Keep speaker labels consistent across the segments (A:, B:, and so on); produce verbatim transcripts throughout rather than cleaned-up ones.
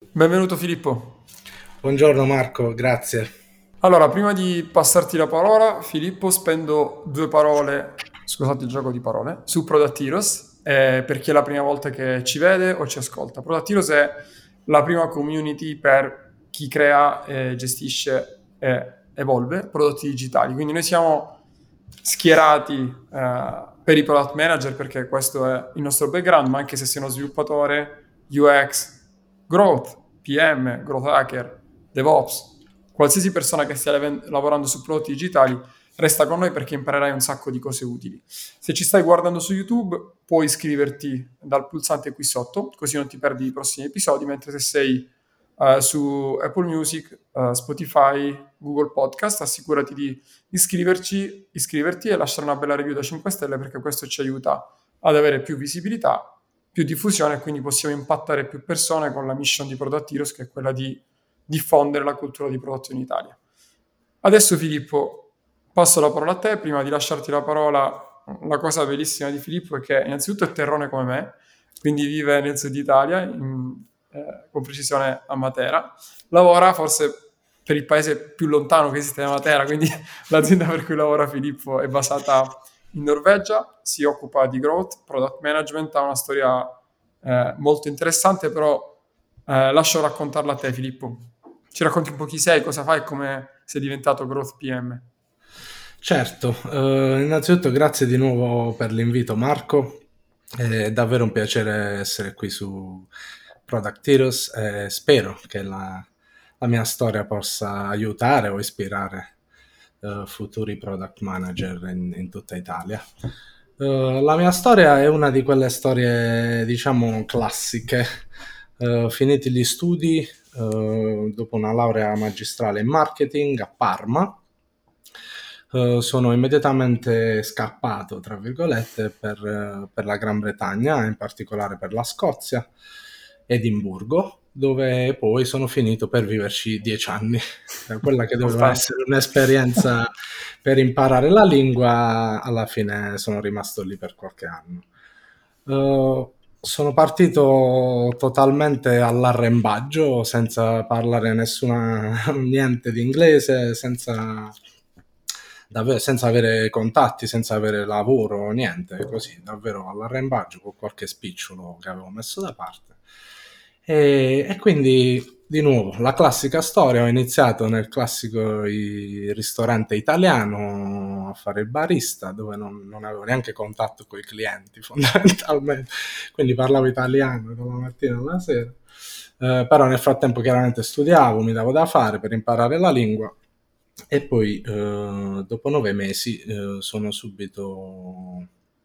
A: Benvenuto Filippo.
B: Buongiorno Marco, grazie.
A: Allora, prima di passarti la parola, Filippo, spendo due parole, scusate il gioco di parole, su Product Heroes, eh, per chi è la prima volta che ci vede o ci ascolta. Product Heroes è la prima community per chi crea, eh, gestisce e evolve prodotti digitali. Quindi noi siamo schierati eh, per i product manager perché questo è il nostro background, ma anche se sei uno sviluppatore, U X, growth, P M, growth hacker, DevOps, qualsiasi persona che stia lev- lavorando su prodotti digitali, resta con noi perché imparerai un sacco di cose utili. Se ci stai guardando su YouTube, puoi iscriverti dal pulsante qui sotto, così non ti perdi i prossimi episodi, mentre se sei eh, su Apple Music, eh, Spotify, Google Podcast, assicurati di iscriverci, iscriverti e lasciare una bella review da cinque stelle perché questo ci aiuta ad avere più visibilità, più diffusione e quindi possiamo impattare più persone con la mission di Product Heroes, che è quella di diffondere la cultura di prodotto in Italia. Adesso Filippo, passo la parola a te. Prima di lasciarti la parola, la cosa bellissima di Filippo è che innanzitutto è terrone come me, quindi vive nel sud Italia, in, eh, con precisione a Matera. Lavora forse per il paese più lontano che esiste da Matera, quindi l'azienda per cui lavora Filippo è basata in Norvegia, si occupa di growth, product management, ha una storia eh, molto interessante, però eh, lascio raccontarla a te Filippo. Ci racconti un po' chi sei, cosa fai e come sei diventato growth P M.
B: Certo, eh, innanzitutto grazie di nuovo per l'invito Marco, è davvero un piacere essere qui su Product Heroes e spero che la, la mia storia possa aiutare o ispirare eh, futuri product manager in, in tutta Italia. Eh, la mia storia è una di quelle storie, diciamo, classiche. Eh, finiti gli studi, eh, dopo una laurea magistrale in marketing a Parma, Uh, sono immediatamente scappato, tra virgolette, per, uh, per la Gran Bretagna, in particolare per la Scozia, Edimburgo, dove poi sono finito per viverci dieci anni. Quella che doveva
A: Importante.
B: essere un'esperienza per imparare la lingua, alla fine sono rimasto lì per qualche anno. Uh, sono partito totalmente all'arrembaggio, senza parlare nessuna, niente di inglese, senza davvero, senza avere contatti, senza avere lavoro, niente, così, davvero all'arrembaggio con qualche spicciolo che avevo messo da parte. E, e quindi, di nuovo, la classica storia, ho iniziato nel classico i- ristorante italiano a fare il barista, dove non, non avevo neanche contatto con i clienti, fondamentalmente, quindi parlavo italiano dalla mattina alla sera. Eh, però nel frattempo chiaramente studiavo, mi davo da fare per imparare la lingua e poi eh, dopo nove mesi eh, sono subito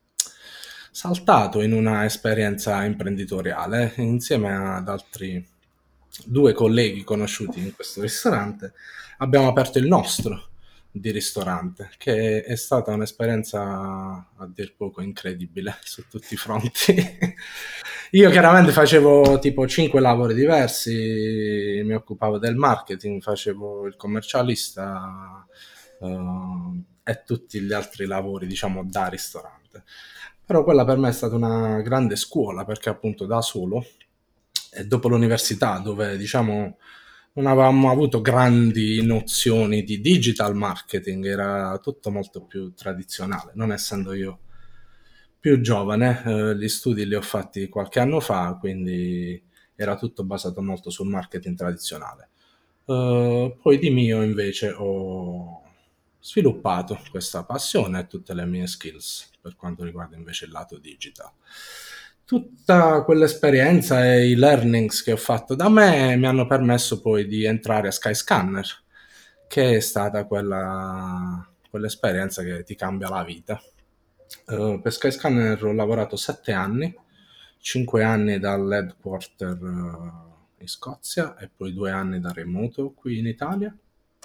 B: saltato in una esperienza imprenditoriale insieme ad altri due colleghi conosciuti in questo ristorante. Abbiamo aperto il nostro di ristorante, che è stata un'esperienza a dir poco incredibile su tutti i fronti. Io chiaramente facevo tipo cinque lavori diversi, mi occupavo del marketing, facevo il commercialista eh, e tutti gli altri lavori, diciamo, da ristorante. Però quella per me è stata una grande scuola perché appunto da solo e dopo l'università dove diciamo non avevamo avuto grandi nozioni di digital marketing, era tutto molto più tradizionale, non essendo io più giovane, eh, gli studi li ho fatti qualche anno fa, quindi era tutto basato molto sul marketing tradizionale. Eh, poi di mio invece ho sviluppato questa passione e tutte le mie skills per quanto riguarda invece il lato digital. Tutta quell'esperienza e i learnings che ho fatto da me mi hanno permesso poi di entrare a Skyscanner, che è stata quella, quell'esperienza che ti cambia la vita. Uh, per Skyscanner ho lavorato sette anni, cinque anni dall'headquarter uh, in Scozia e poi due anni da remoto qui in Italia.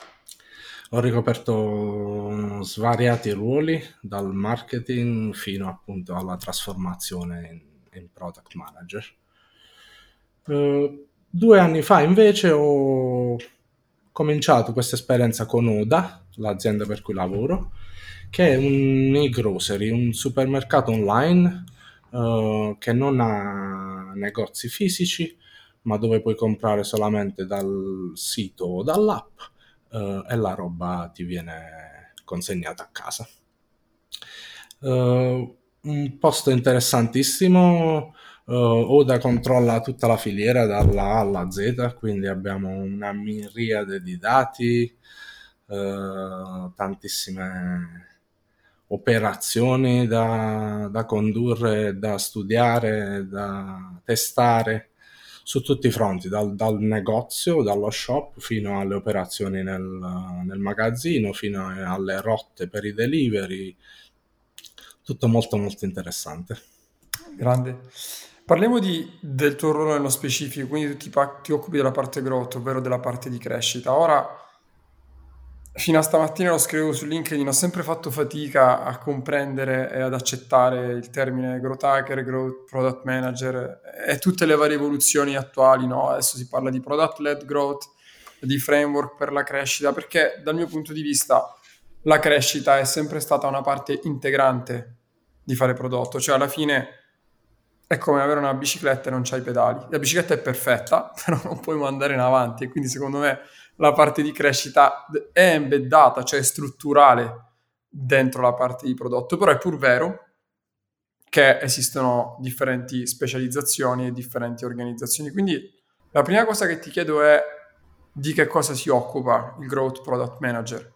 B: Ho ricoperto svariati ruoli, dal marketing fino appunto alla trasformazione in, in product manager. Uh, due anni fa invece ho cominciato questa esperienza con Oda, l'azienda per cui lavoro, che è un e-grocery, un supermercato online uh, che non ha negozi fisici, ma dove puoi comprare solamente dal sito o dall'app, eh, e la roba ti viene consegnata a casa. Uh, un posto interessantissimo. uh, Oda controlla tutta la filiera dalla A alla Z, quindi abbiamo una miriade di dati, uh, tantissime operazioni da, da condurre, da studiare, da testare su tutti i fronti, dal, dal negozio, dallo shop, fino alle operazioni nel, nel magazzino, fino alle rotte per i delivery. Tutto molto molto interessante.
A: Grande. Parliamo di, del tuo ruolo nello specifico, quindi tu ti, pa- ti occupi della parte growth, ovvero della parte di crescita. Ora, fino a stamattina lo scrivevo su LinkedIn, ho sempre fatto fatica a comprendere e ad accettare il termine growth hacker, growth product manager e tutte le varie evoluzioni attuali, no? Adesso si parla di product-led growth, di framework per la crescita, perché dal mio punto di vista la crescita è sempre stata una parte integrante di fare prodotto, cioè alla fine è come avere una bicicletta e non c'hai i pedali. La bicicletta è perfetta, però non puoi andare in avanti, e quindi secondo me la parte di crescita è embeddata, cioè è strutturale dentro la parte di prodotto, però è pur vero che esistono differenti specializzazioni e differenti organizzazioni. Quindi la prima cosa che ti chiedo è di che cosa si occupa il Growth Product Manager.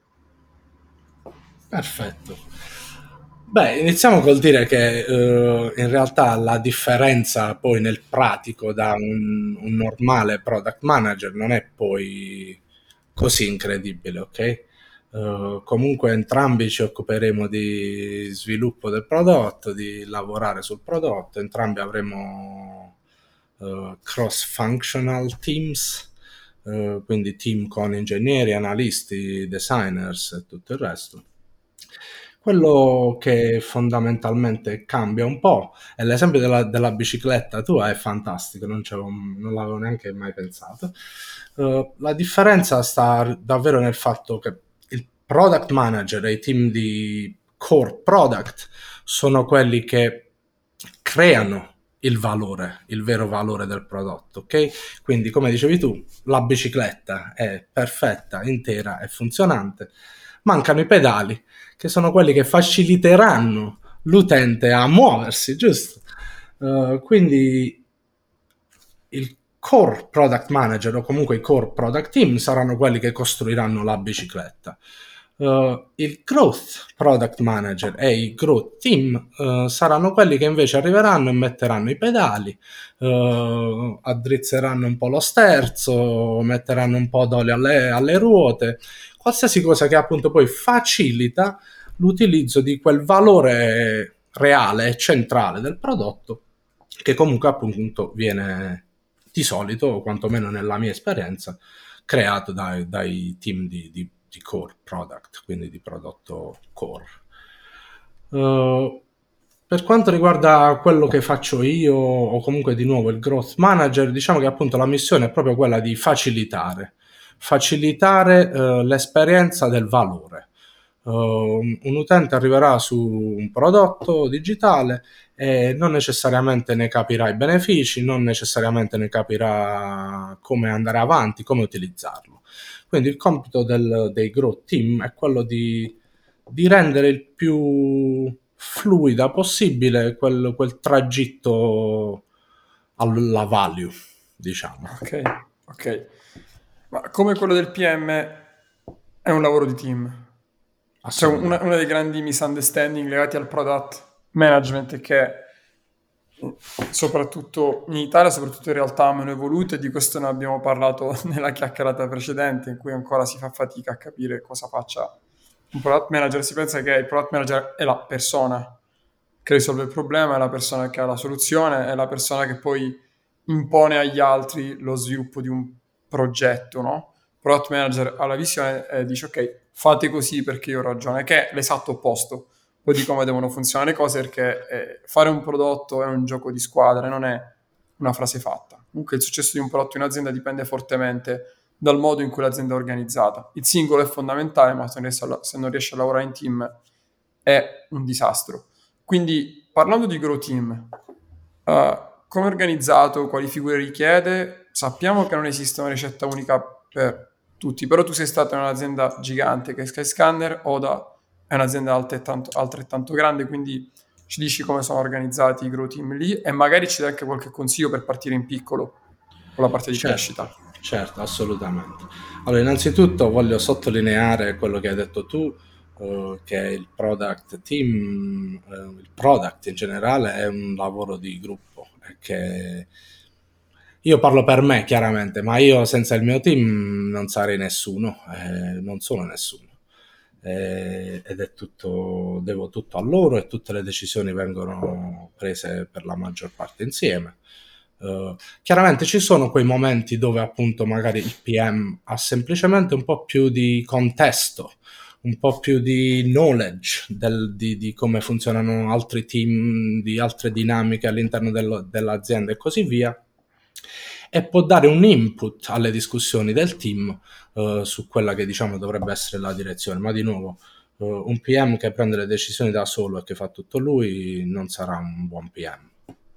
B: Perfetto. Beh, iniziamo col dire che eh, in realtà la differenza poi nel pratico da un, un normale product manager non è poi così incredibile, ok? Uh, comunque entrambi ci occuperemo di sviluppo del prodotto, di lavorare sul prodotto, entrambi avremo uh, cross-functional teams, uh, quindi team con ingegneri, analisti, designers e tutto il resto. Quello che fondamentalmente cambia un po' è l'esempio della, della bicicletta tua, è fantastico, non, non l'avevo neanche mai pensato. Uh, la differenza sta davvero nel fatto che il product manager e i team di core product sono quelli che creano il valore, il vero valore del prodotto, ok? Quindi, come dicevi tu, la bicicletta è perfetta, intera e funzionante, mancano i pedali, che sono quelli che faciliteranno l'utente a muoversi, giusto? Uh, quindi il core product manager o comunque i core product team saranno quelli che costruiranno la bicicletta. Uh, il growth product manager e i growth team uh, saranno quelli che invece arriveranno e metteranno i pedali, uh, addrizzeranno un po' lo sterzo, metteranno un po' d'olio alle, alle ruote, qualsiasi cosa che appunto poi facilita l'utilizzo di quel valore reale e centrale del prodotto, che comunque appunto viene di solito, o quantomeno nella mia esperienza, creato dai, dai team di, di, di core product, quindi di prodotto core. Uh, per quanto riguarda quello che faccio io, o comunque di nuovo il growth manager, diciamo che appunto la missione è proprio quella di facilitare, facilitare uh, l'esperienza del valore. Uh, un utente arriverà su un prodotto digitale e non necessariamente ne capirà i benefici, non necessariamente ne capirà come andare avanti, come utilizzarlo. Quindi il compito del, dei growth team è quello di, di rendere il più fluida possibile quel, quel tragitto alla value, diciamo.
A: Ok, ok. Ma come quello del P M è un lavoro di team. Cioè, una, una dei grandi misunderstanding legati al product management è che soprattutto in Italia, soprattutto in realtà meno evolute, di questo ne abbiamo parlato nella chiacchierata precedente, in cui ancora si fa fatica a capire cosa faccia un product manager. Si pensa che il product manager è la persona che risolve il problema, è la persona che ha la soluzione, è la persona che poi impone agli altri lo sviluppo di un progetto, no? Il product manager ha la visione e dice ok, fate così perché io ho ragione, che è l'esatto opposto poi di come devono funzionare le cose, perché eh, fare un prodotto è un gioco di squadra, non è una frase fatta. Comunque il successo di un prodotto in azienda dipende fortemente dal modo in cui l'azienda è organizzata. Il singolo è fondamentale, ma se non riesce a, se non riesce a lavorare in team è un disastro. Quindi, parlando di grow team, uh, come è organizzato, quali figure richiede? Sappiamo che non esiste una ricetta unica per tutti, però tu sei stato in un'azienda gigante che è Skyscanner, Oda è un'azienda altrettanto, altrettanto grande, quindi ci dici come sono organizzati i grow team lì e magari ci dai anche qualche consiglio per partire in piccolo con la parte di
B: Certo,
A: crescita.
B: certo, assolutamente. Allora, innanzitutto voglio sottolineare quello che hai detto tu, eh, che il product team, eh, il product in generale è un lavoro di gruppo e che io parlo per me chiaramente, ma io senza il mio team non sarei nessuno, eh, non sono nessuno. Eh, ed è tutto, devo tutto a loro e tutte le decisioni vengono prese per la maggior parte insieme. Uh, chiaramente ci sono quei momenti dove appunto magari il P M ha semplicemente un po' più di contesto, un po' più di knowledge del, di, di come funzionano altri team, di altre dinamiche all'interno dello, dell'azienda e così via, e può dare un input alle discussioni del team uh, su quella che diciamo dovrebbe essere la direzione, ma di nuovo uh, un P M che prende le decisioni da solo e che fa tutto lui non sarà un buon P M.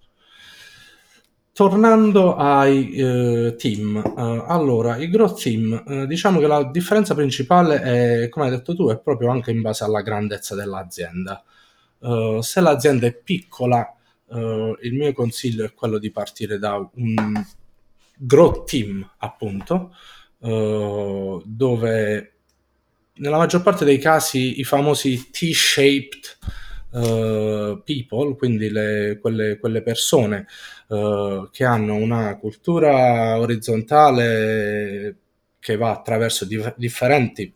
B: Tornando ai eh, team, eh, allora i growth team, eh, diciamo che la differenza principale è, come hai detto tu, è proprio anche in base alla grandezza dell'azienda. Uh, se l'azienda è piccola, uh, il mio consiglio è quello di partire da un growth team, appunto, uh, dove nella maggior parte dei casi i famosi T-shaped uh, people, quindi le, quelle, quelle persone uh, che hanno una cultura orizzontale che va attraverso di, differenti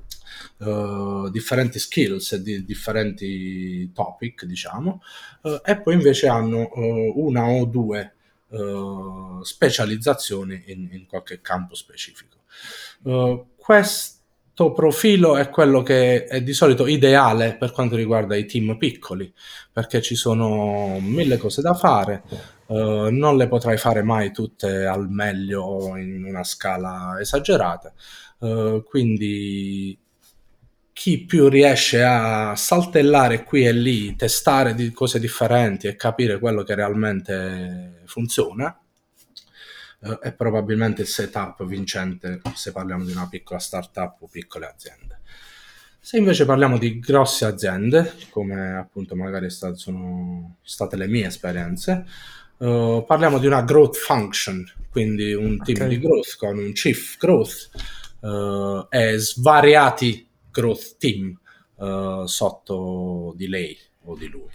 B: Uh, differenti skills e di differenti topic, diciamo, uh, e poi invece hanno uh, una o due uh, specializzazioni in, in qualche campo specifico. Uh, questo profilo è quello che è di solito ideale per quanto riguarda i team piccoli, perché ci sono mille cose da fare, uh, non le potrai fare mai tutte al meglio in una scala esagerata, uh, quindi chi più riesce a saltellare qui e lì, testare di cose differenti e capire quello che realmente funziona, eh, è probabilmente il setup vincente se parliamo di una piccola startup o piccole aziende. Se invece parliamo di grosse aziende, come appunto magari stat- sono state le mie esperienze, eh, parliamo di una growth function, quindi un team
A: Ok.
B: di growth con un chief growth eh, e svariati growth team uh, sotto di lei o di lui.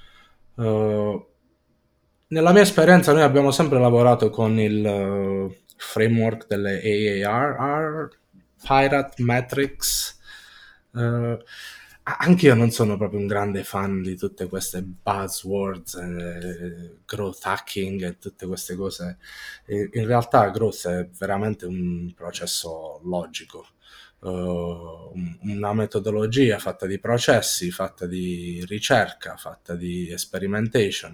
B: Uh, nella mia esperienza noi abbiamo sempre lavorato con il uh, framework delle A A R, Pirate Metrics. Uh, anche io non sono proprio un grande fan di tutte queste buzzwords, eh, growth hacking e tutte queste cose. In realtà growth è veramente un processo logico. Uh, una metodologia fatta di processi, fatta di ricerca, fatta di experimentation.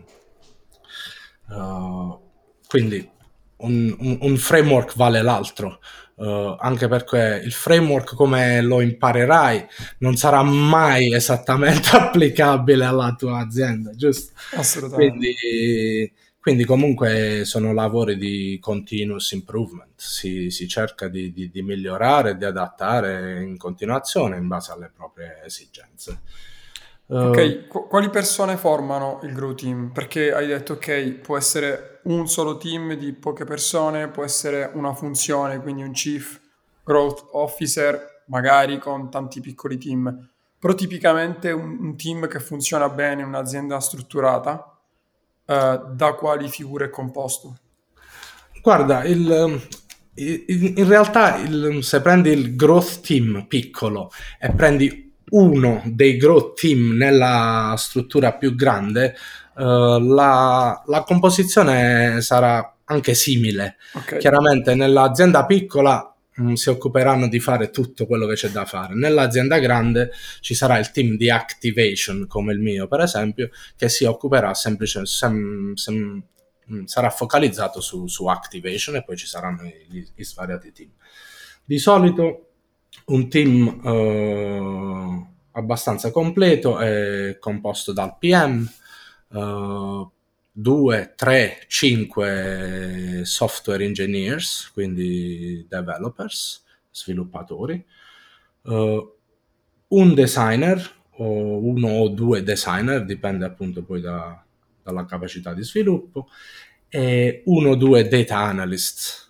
B: Uh, quindi un, un, un framework vale l'altro, uh, anche perché il framework come lo imparerai non sarà mai esattamente applicabile alla tua azienda, giusto?
A: Assolutamente.
B: Quindi quindi comunque sono lavori di continuous improvement, si, si cerca di, di, di migliorare, di adattare in continuazione in base alle proprie esigenze. Uh,
A: Ok, qu- quali persone formano il Grow Team? Perché hai detto, ok, può essere un solo team di poche persone, può essere una funzione, quindi un Chief Growth Officer, magari con tanti piccoli team, però tipicamente un, un team che funziona bene in un'azienda strutturata, eh, da quali figure è composto?
B: guarda, il, il- in realtà il- se prendi il growth team piccolo e prendi uno dei growth team nella struttura più grande, eh, la, la composizione sarà anche simile.
A: Ok,
B: Chiaramente nell'azienda piccola mh, si occuperanno di fare tutto quello che c'è da fare. Nell'azienda grande ci sarà il team di activation, come il mio per esempio, che si occuperà semplicemente, sem, sem, mh, sarà focalizzato su, su activation, e poi ci saranno gli, gli svariati team. Di solito un team eh, abbastanza completo è composto dal P M, eh, due, tre, cinque software engineers, quindi developers, sviluppatori, uh, un designer o uno o due designer, dipende appunto poi da, dalla capacità di sviluppo, e uno o due data analyst.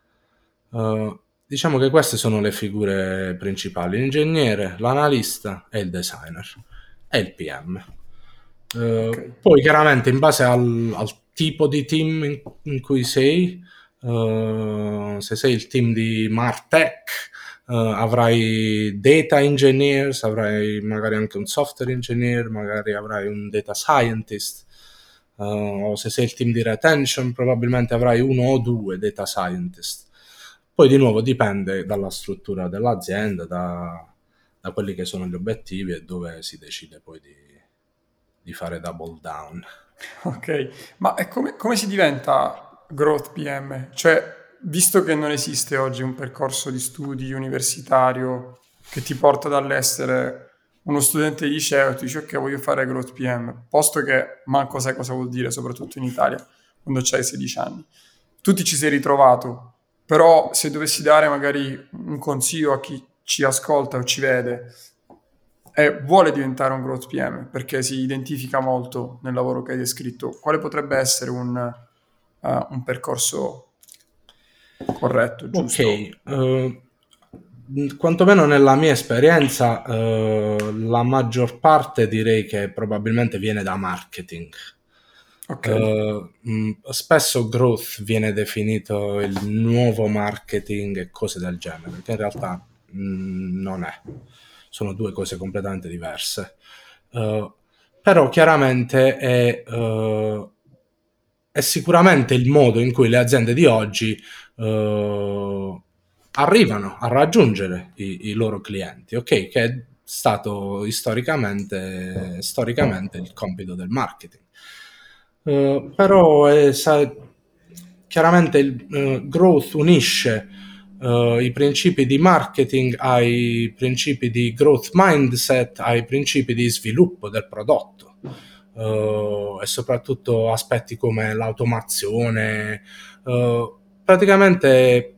B: Uh, diciamo che queste sono le figure principali: l'ingegnere, l'analista e il designer e il P M. Uh,
A: Ok.
B: poi chiaramente in base al, al tipo di team in, in cui sei, uh, se sei il team di Martech, uh, avrai data engineers, avrai magari anche un software engineer, magari avrai un data scientist, uh, o se sei il team di retention probabilmente avrai uno o due data scientist. Poi di nuovo dipende dalla struttura dell'azienda, da, da quelli che sono gli obiettivi e dove si decide poi di, di fare double down.
A: Ok, ma è come, come si diventa Growth P M? Cioè, visto che non esiste oggi un percorso di studi universitario che ti porta dall'essere uno studente di liceo e tu dici ok, voglio fare Growth P M, posto che manco sai cosa vuol dire, soprattutto in Italia, quando c'hai sedici anni. Tu ti ci sei ritrovato, però se dovessi dare magari un consiglio a chi ci ascolta o ci vede e vuole diventare un growth P M perché si identifica molto nel lavoro che hai descritto, quale potrebbe essere un, uh, un percorso corretto, giusto?
B: Ok, uh, quantomeno nella mia esperienza, uh, la maggior parte direi che probabilmente viene da marketing.
A: Ok,
B: Uh, mh, spesso growth viene definito il nuovo marketing e cose del genere, che in realtà mh, non è. Sono due cose completamente diverse. Uh, però chiaramente è, uh, è sicuramente il modo in cui le aziende di oggi uh, arrivano a raggiungere i, i loro clienti, ok? Che è stato storicamente, storicamente il compito del marketing. Uh, però è, sa, chiaramente il uh, growth unisce uh, i principi di marketing ai principi di growth mindset, ai principi di sviluppo del prodotto, uh, e soprattutto aspetti come l'automazione, uh, praticamente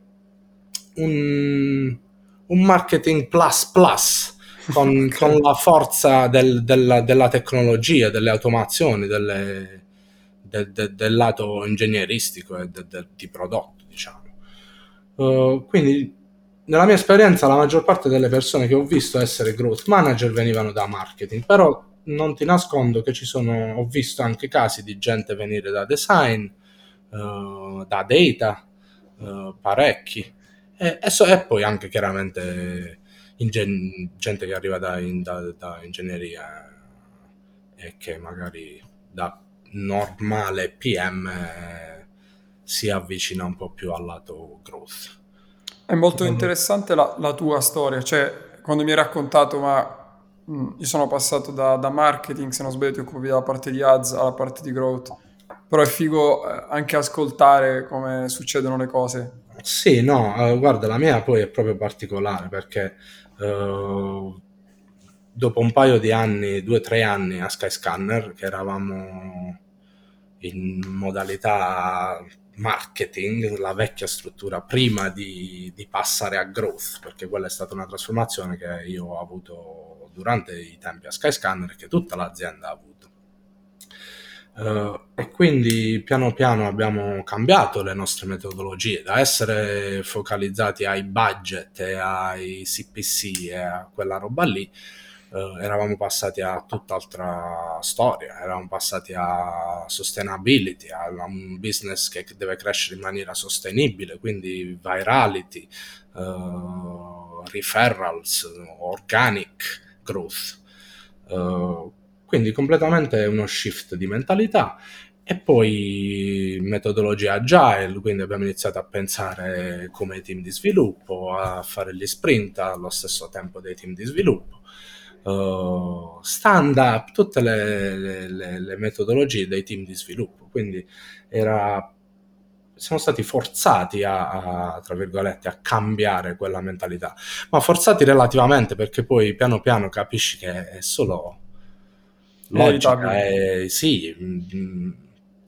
B: un, un marketing plus plus con,
A: ok.
B: con la forza del, della, della tecnologia, delle automazioni, delle, del, del, del lato ingegneristico e del, del, di prodotto, diciamo. Uh, quindi nella mia esperienza la maggior parte delle persone che ho visto essere growth manager venivano da marketing, però non ti nascondo che ci sono, ho visto anche casi di gente venire da design, uh, da data, uh, parecchi, e, e, so, e poi anche chiaramente ingen- gente che arriva da, in, da, da ingegneria e che magari da normale P M eh, si avvicina un po' più al lato growth.
A: È molto
B: Uh,
A: interessante la, la tua storia, cioè quando mi hai raccontato, ma mh, io sono passato da, da marketing, se non sbaglio ti occupi dalla parte di ads alla parte di growth, però è figo eh, anche ascoltare come succedono le cose.
B: sì, no, uh, guarda, la mia poi è proprio particolare perché uh, dopo un paio di anni, due o tre anni a Skyscanner, che eravamo in modalità marketing, la vecchia struttura, prima di, di passare a growth, perché quella è stata una trasformazione che io ho avuto durante i tempi a Skyscanner e che tutta l'azienda ha avuto. Uh, e quindi piano piano abbiamo cambiato le nostre metodologie da essere focalizzati ai budget e ai C P C e a quella roba lì. Uh, eravamo passati a tutt'altra storia, eravamo passati a sustainability, a un business che deve crescere in maniera sostenibile, quindi virality, uh, referrals, organic growth. Uh, quindi completamente uno shift di mentalità. E poi metodologia agile, quindi abbiamo iniziato a pensare come team di sviluppo, a fare gli sprint allo stesso tempo dei team di sviluppo, uh, stand up, tutte le, le, le metodologie dei team di sviluppo. Quindi era, siamo stati forzati a, a, tra virgolette, a cambiare quella mentalità, ma forzati relativamente perché poi piano piano capisci che è solo
A: È
B: logica,
A: inevitabile.
B: è sì, mh,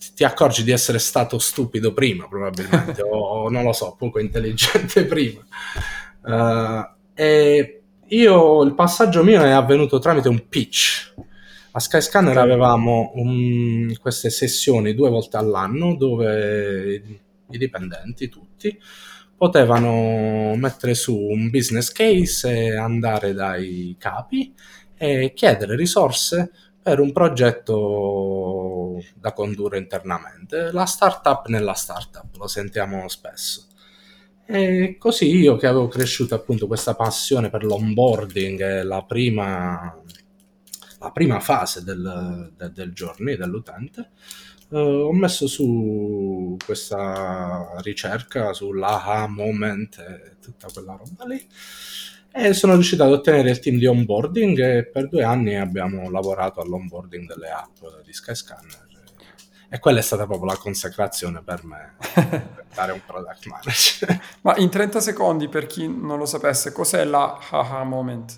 B: ti accorgi di essere stato stupido prima, probabilmente, o non lo so, poco intelligente prima. Uh, e io, il passaggio mio è avvenuto tramite un pitch. A Skyscanner okay. avevamo un, queste sessioni due volte all'anno dove i dipendenti, tutti, potevano mettere su un business case e andare dai capi e chiedere risorse per un progetto da condurre internamente. La startup nella startup, lo sentiamo spesso. E così io, che avevo cresciuto appunto questa passione per l'onboarding e la prima, la prima fase del, del, del journey dell'utente, eh, ho messo su questa ricerca sull'aha moment e tutta quella roba lì, e sono riuscito ad ottenere il team di onboarding e per due anni abbiamo lavorato all'onboarding delle app di Skyscanner. E quella è stata proprio la consacrazione per me, per diventare un product manager.
A: Ma in trenta secondi, per chi non lo sapesse, cos'è la aha moment?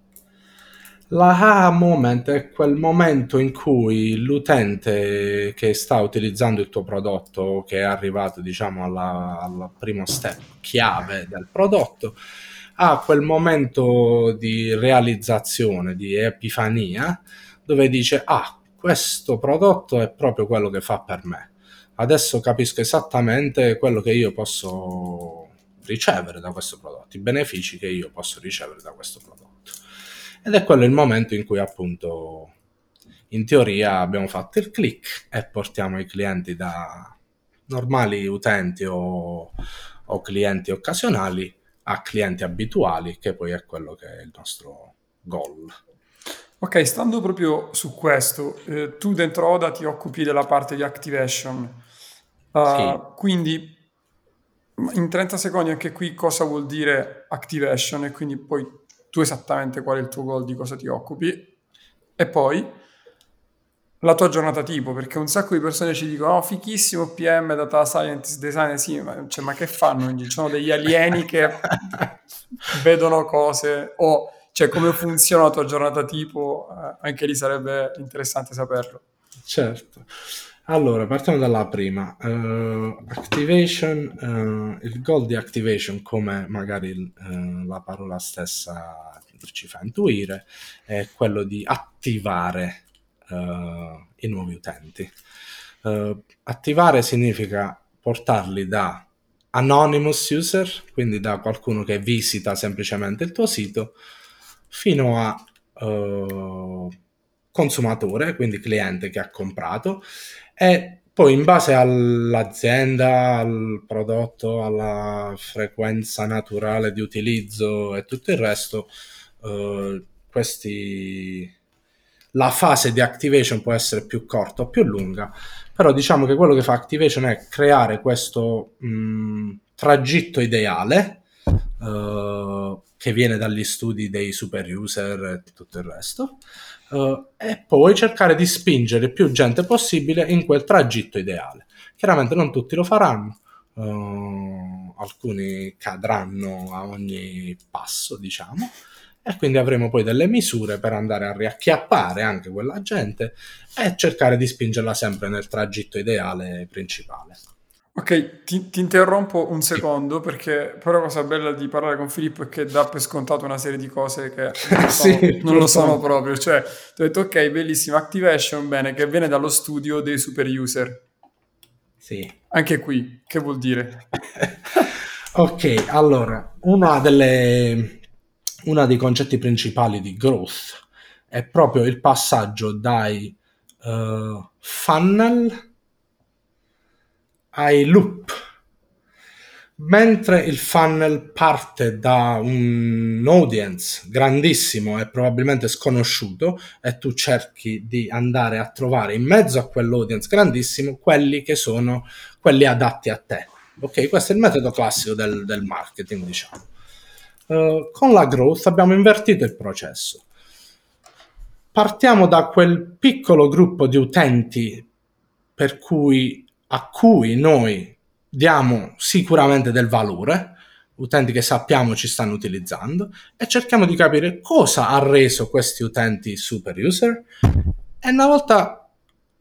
B: La aha moment è quel momento in cui l'utente che sta utilizzando il tuo prodotto, che è arrivato diciamo alla, al primo step chiave del prodotto, ha quel momento di realizzazione, di epifania, dove dice ah, questo prodotto è proprio quello che fa per me. Adesso capisco esattamente quello che io posso ricevere da questo prodotto, i benefici che io posso ricevere da questo prodotto. Ed è quello il momento in cui appunto, in teoria, abbiamo fatto il click e portiamo i clienti da normali utenti o, o clienti occasionali a clienti abituali, che poi è quello che è il nostro goal.
A: Ok, stando proprio su questo, eh, tu dentro Oda ti occupi della parte di activation, uh,
B: sì.
A: Quindi in trenta secondi anche qui cosa vuol dire activation, e quindi poi tu esattamente qual è il tuo goal, di cosa ti occupi, e poi la tua giornata tipo, perché un sacco di persone ci dicono oh, fichissimo P M, data scientist, designer, sì, ma, cioè, ma che fanno? Ci sono degli alieni che vedono cose, o cioè come funziona la tua giornata tipo, eh, anche lì sarebbe interessante saperlo.
B: Certo. Allora, partiamo dalla prima. Uh, activation, uh, il goal di activation, come magari uh, la parola stessa ci fa intuire, è quello di attivare uh, i nuovi utenti. Uh, attivare significa portarli da anonymous user, quindi da qualcuno che visita semplicemente il tuo sito, fino a uh, consumatore, quindi cliente che ha comprato, e poi in base all'azienda, al prodotto, alla frequenza naturale di utilizzo e tutto il resto, uh, questi la fase di activation può essere più corta o più lunga, però diciamo che quello che fa activation è creare questo mh, tragitto ideale, uh, che viene dagli studi dei super user e tutto il resto, uh, e poi cercare di spingere più gente possibile in quel tragitto ideale. Chiaramente non tutti lo faranno, uh, alcuni cadranno a ogni passo, diciamo, e quindi avremo poi delle misure per andare a riacchiappare anche quella gente e cercare di spingerla sempre nel tragitto ideale principale.
A: Ok, ti, ti interrompo un secondo, perché però la cosa bella di parlare con Filippo è che dà per scontato una serie di cose che non,
B: sì,
A: sono, non lo sono proprio. Cioè, ti ho detto ok, bellissimo, activation, bene, che viene dallo studio dei super user.
B: Sì.
A: Anche qui, che vuol dire?
B: Ok, allora, una delle... uno dei concetti principali di growth è proprio il passaggio dai uh, funnel ai loop. Mentre il funnel parte da un audience grandissimo e probabilmente sconosciuto, e tu cerchi di andare a trovare in mezzo a quell'audience grandissimo quelli che sono quelli adatti a te. Ok, questo è il metodo classico del, del marketing, diciamo. Uh, con la growth abbiamo invertito il processo. Partiamo da quel piccolo gruppo di utenti per cui, a cui noi diamo sicuramente del valore, utenti che sappiamo ci stanno utilizzando, e cerchiamo di capire cosa ha reso questi utenti super user, e una volta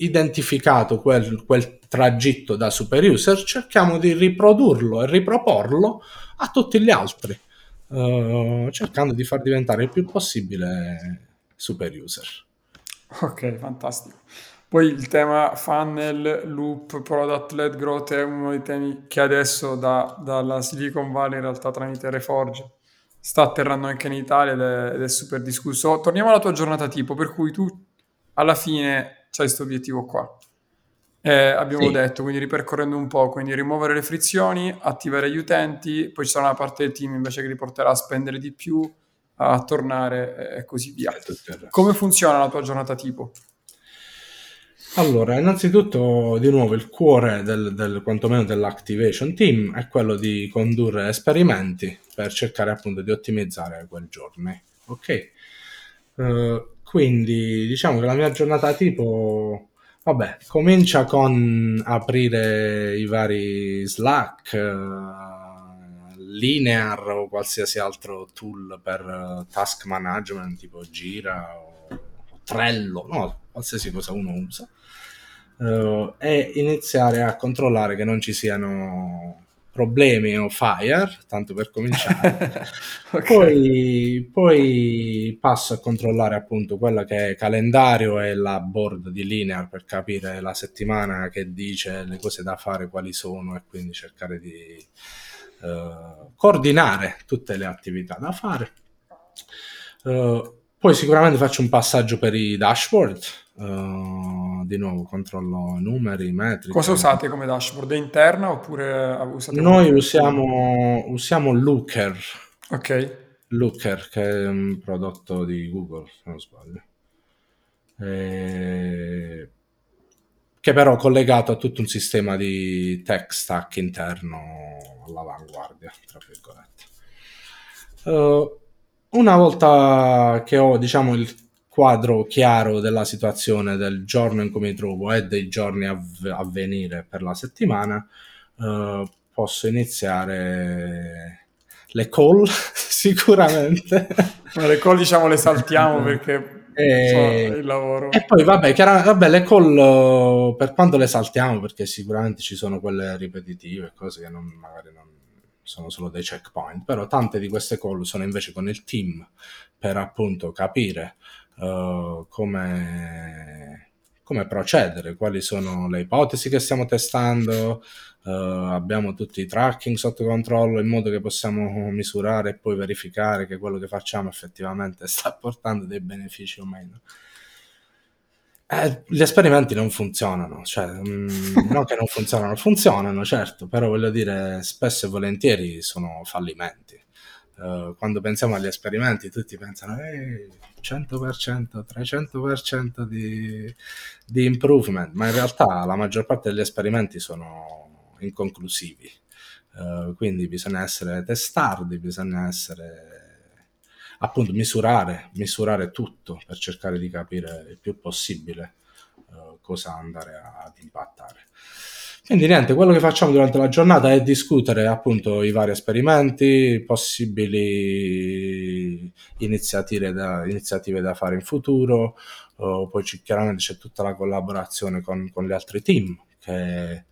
B: identificato quel, quel tragitto da super user, cerchiamo di riprodurlo e riproporlo a tutti gli altri, uh, cercando di far diventare il più possibile super user.
A: Ok, fantastico. Poi il tema funnel, loop, product led growth è uno dei temi che adesso da, dalla Silicon Valley, in realtà tramite Reforge, sta atterrando anche in Italia ed è, ed è super discusso. Torniamo alla tua giornata tipo, per cui tu alla fine c'hai questo obiettivo qua. Eh, abbiamo
B: Sì.
A: detto, quindi ripercorrendo un po', quindi rimuovere le frizioni, attivare gli utenti, poi ci sarà una parte del team invece che li porterà a spendere di più, a tornare e così via. Come funziona la tua giornata tipo?
B: Allora, innanzitutto, di nuovo, il cuore del, del quantomeno dell'activation team è quello di condurre esperimenti per cercare appunto di ottimizzare quel giorno. Ok? Uh, quindi diciamo che la mia giornata tipo, vabbè, comincia con aprire i vari Slack, uh, Linear o qualsiasi altro tool per uh, task management tipo Gira o, o Trello, no, qualsiasi cosa uno usa. Uh, e iniziare a controllare che non ci siano problemi o fire, tanto per cominciare. Okay. Poi, poi passo a controllare appunto quella che è calendario e la board di Linear per capire la settimana che dice le cose da fare quali sono, e quindi cercare di uh, coordinare tutte le attività da fare. Uh, poi sicuramente faccio un passaggio per i dashboard. Uh, di nuovo controllo numeri, metriche.
A: Cosa usate come dashboard? È interna oppure usate
B: Noi usiamo, usiamo Looker.
A: Ok.
B: Looker, che è un prodotto di Google, se non sbaglio. E... che però è collegato a tutto un sistema di tech stack interno all'avanguardia, tra virgolette. Uh, una volta che ho, diciamo, il quadro chiaro della situazione del giorno in cui mi trovo e dei giorni a, v- a venire per la settimana, uh, posso iniziare le call sicuramente.
A: Ma le call diciamo le saltiamo perché
B: e,
A: so, il lavoro.
B: E poi vabbè, chiaramente, vabbè, le call per quanto le saltiamo, perché sicuramente ci sono quelle ripetitive, cose che non, magari non sono solo dei checkpoint, però tante di queste call sono invece con il team per appunto capire uh, come, come procedere, quali sono le ipotesi che stiamo testando, uh, abbiamo tutti i tracking sotto controllo in modo che possiamo misurare e poi verificare che quello che facciamo effettivamente sta portando dei benefici o meno. Eh, gli esperimenti non funzionano, cioè, mh, non che non funzionano, funzionano certo, però voglio dire, spesso e volentieri sono fallimenti. Uh, quando pensiamo agli esperimenti tutti pensano eh, cento per cento, trecento per cento di, di improvement, ma in realtà la maggior parte degli esperimenti sono inconclusivi, uh, quindi bisogna essere testardi, bisogna essere appunto misurare, misurare tutto per cercare di capire il più possibile uh, cosa andare a, ad impattare. Quindi niente, quello che facciamo durante la giornata è discutere appunto i vari esperimenti, possibili iniziative da, iniziative da fare in futuro, uh, poi c- chiaramente c'è tutta la collaborazione con, con gli altri team che è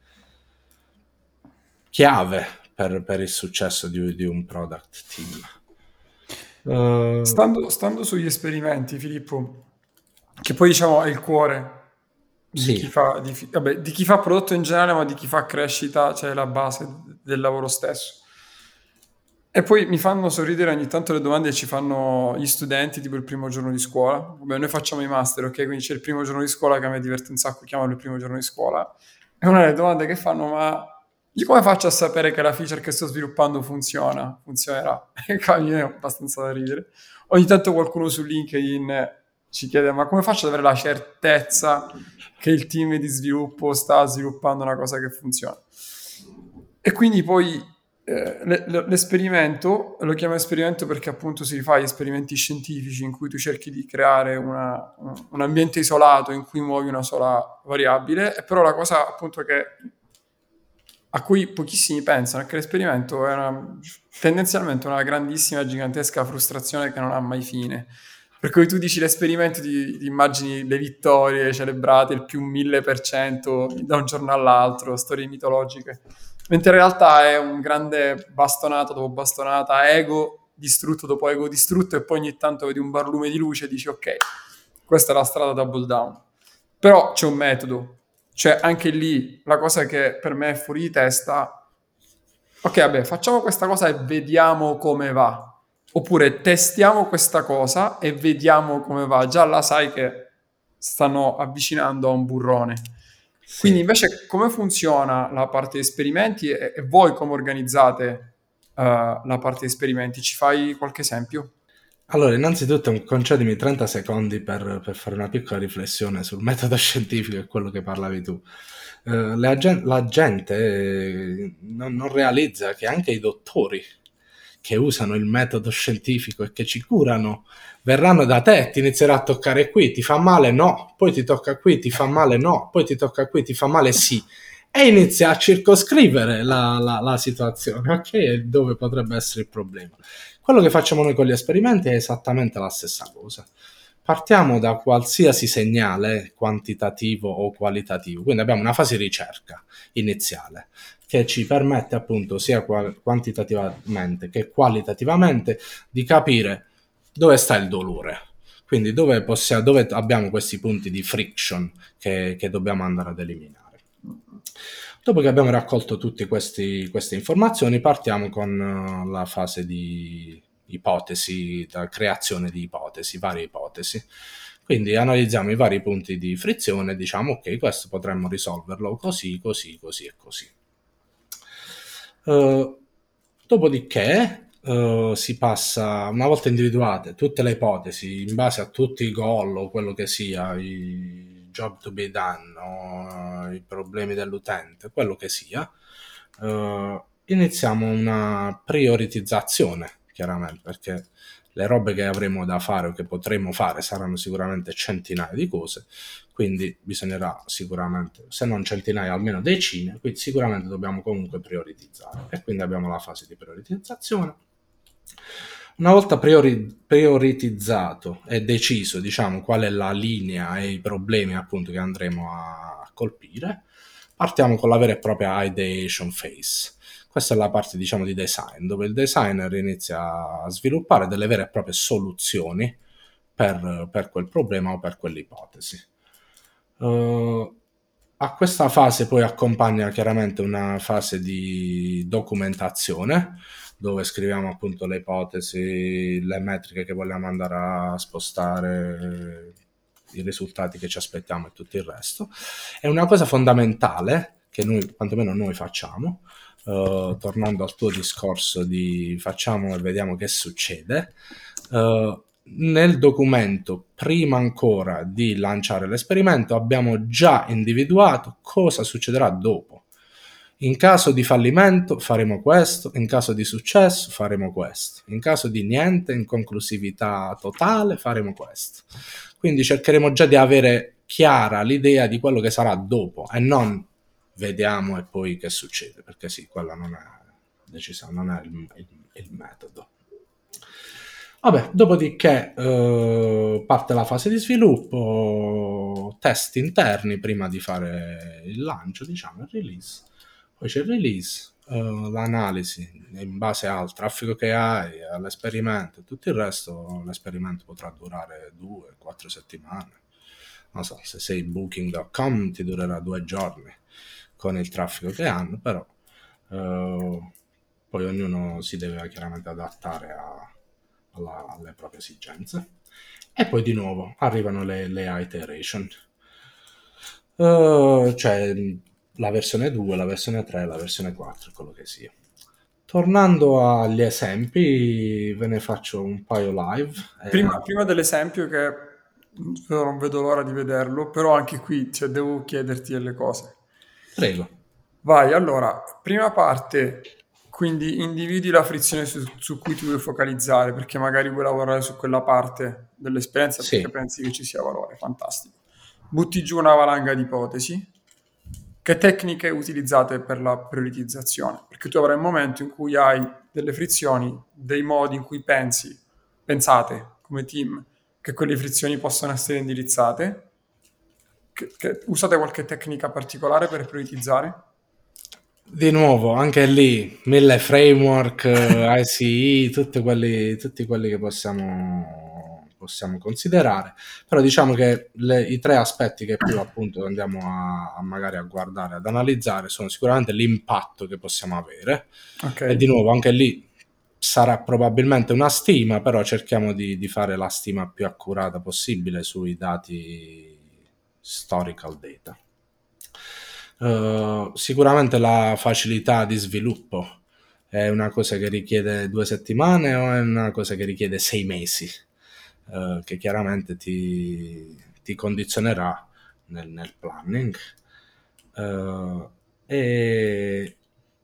B: chiave per, per il successo di, di un product team.
A: Uh... Stando, stando sugli esperimenti, Filippo, che poi diciamo è il cuore di, sì. chi fa, di, vabbè, di chi fa prodotto in generale, ma di chi fa crescita, cioè la base del lavoro stesso. E poi mi fanno sorridere ogni tanto le domande che ci fanno gli studenti, tipo il primo giorno di scuola. Vabbè, noi facciamo i master, ok? Quindi c'è il primo giorno di scuola che a me diverte un sacco, chiamarlo il primo giorno di scuola. E una delle domande che fanno, ma io come faccio a sapere che la feature che sto sviluppando funziona? Funzionerà? E qua mi viene abbastanza da ridere. Ogni tanto qualcuno su LinkedIn ci chiede, ma come faccio ad avere la certezza che il team di sviluppo sta sviluppando una cosa che funziona? E quindi poi eh, l'esperimento, lo chiamo esperimento perché appunto si rifà gli esperimenti scientifici in cui tu cerchi di creare una, un ambiente isolato in cui muovi una sola variabile, e però la cosa appunto che a cui pochissimi pensano è che l'esperimento è una, tendenzialmente una grandissima, gigantesca frustrazione che non ha mai fine, Per cui tu dici l'esperimento di, di immagini le vittorie celebrate il più mille per cento da un giorno all'altro, storie mitologiche, mentre in realtà è un grande bastonata dopo bastonata, ego distrutto dopo ego distrutto, e poi ogni tanto vedi un barlume di luce e dici ok, questa è la strada double down. Però c'è un metodo, cioè anche lì la cosa che per me è fuori di testa, ok vabbè, facciamo questa cosa e vediamo come va. Oppure testiamo questa cosa e vediamo come va. Già là sai che stanno avvicinando a un burrone. Quindi
B: Sì.
A: invece come funziona la parte di esperimenti e, e voi come organizzate uh, la parte di esperimenti? Ci fai qualche esempio?
B: Allora, innanzitutto concedimi trenta secondi per, per fare una piccola riflessione sul metodo scientifico e quello che parlavi tu. Eh, le agen- la gente eh, non, non realizza che anche i dottori che usano il metodo scientifico e che ci curano verranno da te, ti inizierà a toccare qui, ti fa male? No. Poi ti tocca qui, ti fa male? No. Poi ti tocca qui, ti fa male? Sì. E inizia a circoscrivere la, la, la situazione, ok? Dove potrebbe essere il problema. Quello che facciamo noi con gli esperimenti è esattamente la stessa cosa. Partiamo da qualsiasi segnale quantitativo o qualitativo, quindi abbiamo una fase di ricerca iniziale che ci permette appunto sia quantitativamente che qualitativamente di capire dove sta il dolore, quindi dove, possiamo, dove abbiamo questi punti di friction che, che dobbiamo andare ad eliminare. Dopo che abbiamo raccolto tutte queste informazioni, partiamo con la fase di ipotesi, da creazione di ipotesi, varie ipotesi. Quindi analizziamo i vari punti di frizione e diciamo ok, questo potremmo risolverlo così, così, così e così. Uh, dopodiché uh, si passa, una volta individuate tutte le ipotesi in base a tutti i goal o quello che sia, i job to be done o i problemi dell'utente, quello che sia, uh, iniziamo una prioritizzazione, chiaramente, perché le robe che avremo da fare o che potremo fare saranno sicuramente centinaia di cose, quindi bisognerà sicuramente, se non centinaia, almeno decine, quindi sicuramente dobbiamo comunque prioritizzare, e quindi abbiamo la fase di prioritizzazione. Una volta priori, prioritizzato e deciso, diciamo, qual è la linea e i problemi appunto che andremo a colpire, partiamo con la vera e propria ideation phase. Questa è la parte, diciamo, di design, dove il designer inizia a sviluppare delle vere e proprie soluzioni per, per quel problema o per quell'ipotesi. Uh, a questa fase poi accompagna chiaramente una fase di documentazione, dove scriviamo appunto le ipotesi, le metriche che vogliamo andare a spostare, i risultati che ci aspettiamo e tutto il resto. È una cosa fondamentale che noi, quantomeno noi facciamo, uh, tornando al tuo discorso di facciamo e vediamo che succede, uh, nel documento, prima ancora di lanciare l'esperimento, abbiamo già individuato cosa succederà dopo. In caso di fallimento faremo questo, in caso di successo faremo questo, in caso di niente, inconclusività totale, faremo questo. Quindi cercheremo già di avere chiara l'idea di quello che sarà dopo e non vediamo e poi che succede, perché sì, quella non è decisione, non è il, il, il metodo. Vabbè, dopodiché eh, parte la fase di sviluppo, test interni prima di fare il lancio, diciamo, il release. Poi c'è il release, eh, l'analisi in base al traffico che hai, all'esperimento e tutto il resto. L'esperimento potrà durare due, quattro settimane. Non so, se sei booking punto com ti durerà due giorni con il traffico che hanno, però eh, poi ognuno si deve chiaramente adattare a Alla, alle proprie esigenze. E poi di nuovo arrivano le, le iteration, uh, cioè la versione due, la versione tre, la versione quattro, quello che sia. Tornando agli esempi, ve ne faccio un paio live.
A: Prima,
B: E...
A: prima dell'esempio, che non vedo l'ora di vederlo, però anche qui cioè, devo chiederti delle cose.
B: Prego.
A: Vai, allora, prima parte, quindi individui la frizione su, su cui ti vuoi focalizzare, perché magari vuoi lavorare su quella parte dell'esperienza
B: Sì.
A: perché pensi che ci sia valore, fantastico. Butti giù una valanga di ipotesi. Che tecniche utilizzate per la prioritizzazione? Perché tu avrai un momento in cui hai delle frizioni, dei modi in cui pensi, pensate come team, che quelle frizioni possano essere indirizzate. Che, che, usate qualche tecnica particolare per prioritizzare?
B: Di nuovo, anche lì, mille framework, I C E, tutti quelli, tutti quelli che possiamo, possiamo considerare. Però diciamo che le, i tre aspetti che più appunto andiamo a, a magari a guardare, ad analizzare, sono sicuramente l'impatto che possiamo avere.
A: Okay.
B: E di nuovo, anche lì sarà probabilmente una stima, però cerchiamo di, di fare la stima più accurata possibile sui dati historical data. Uh, sicuramente la facilità di sviluppo è una cosa che richiede due settimane o è una cosa che richiede sei mesi, uh, che chiaramente ti, ti condizionerà nel, nel planning. Uh, e,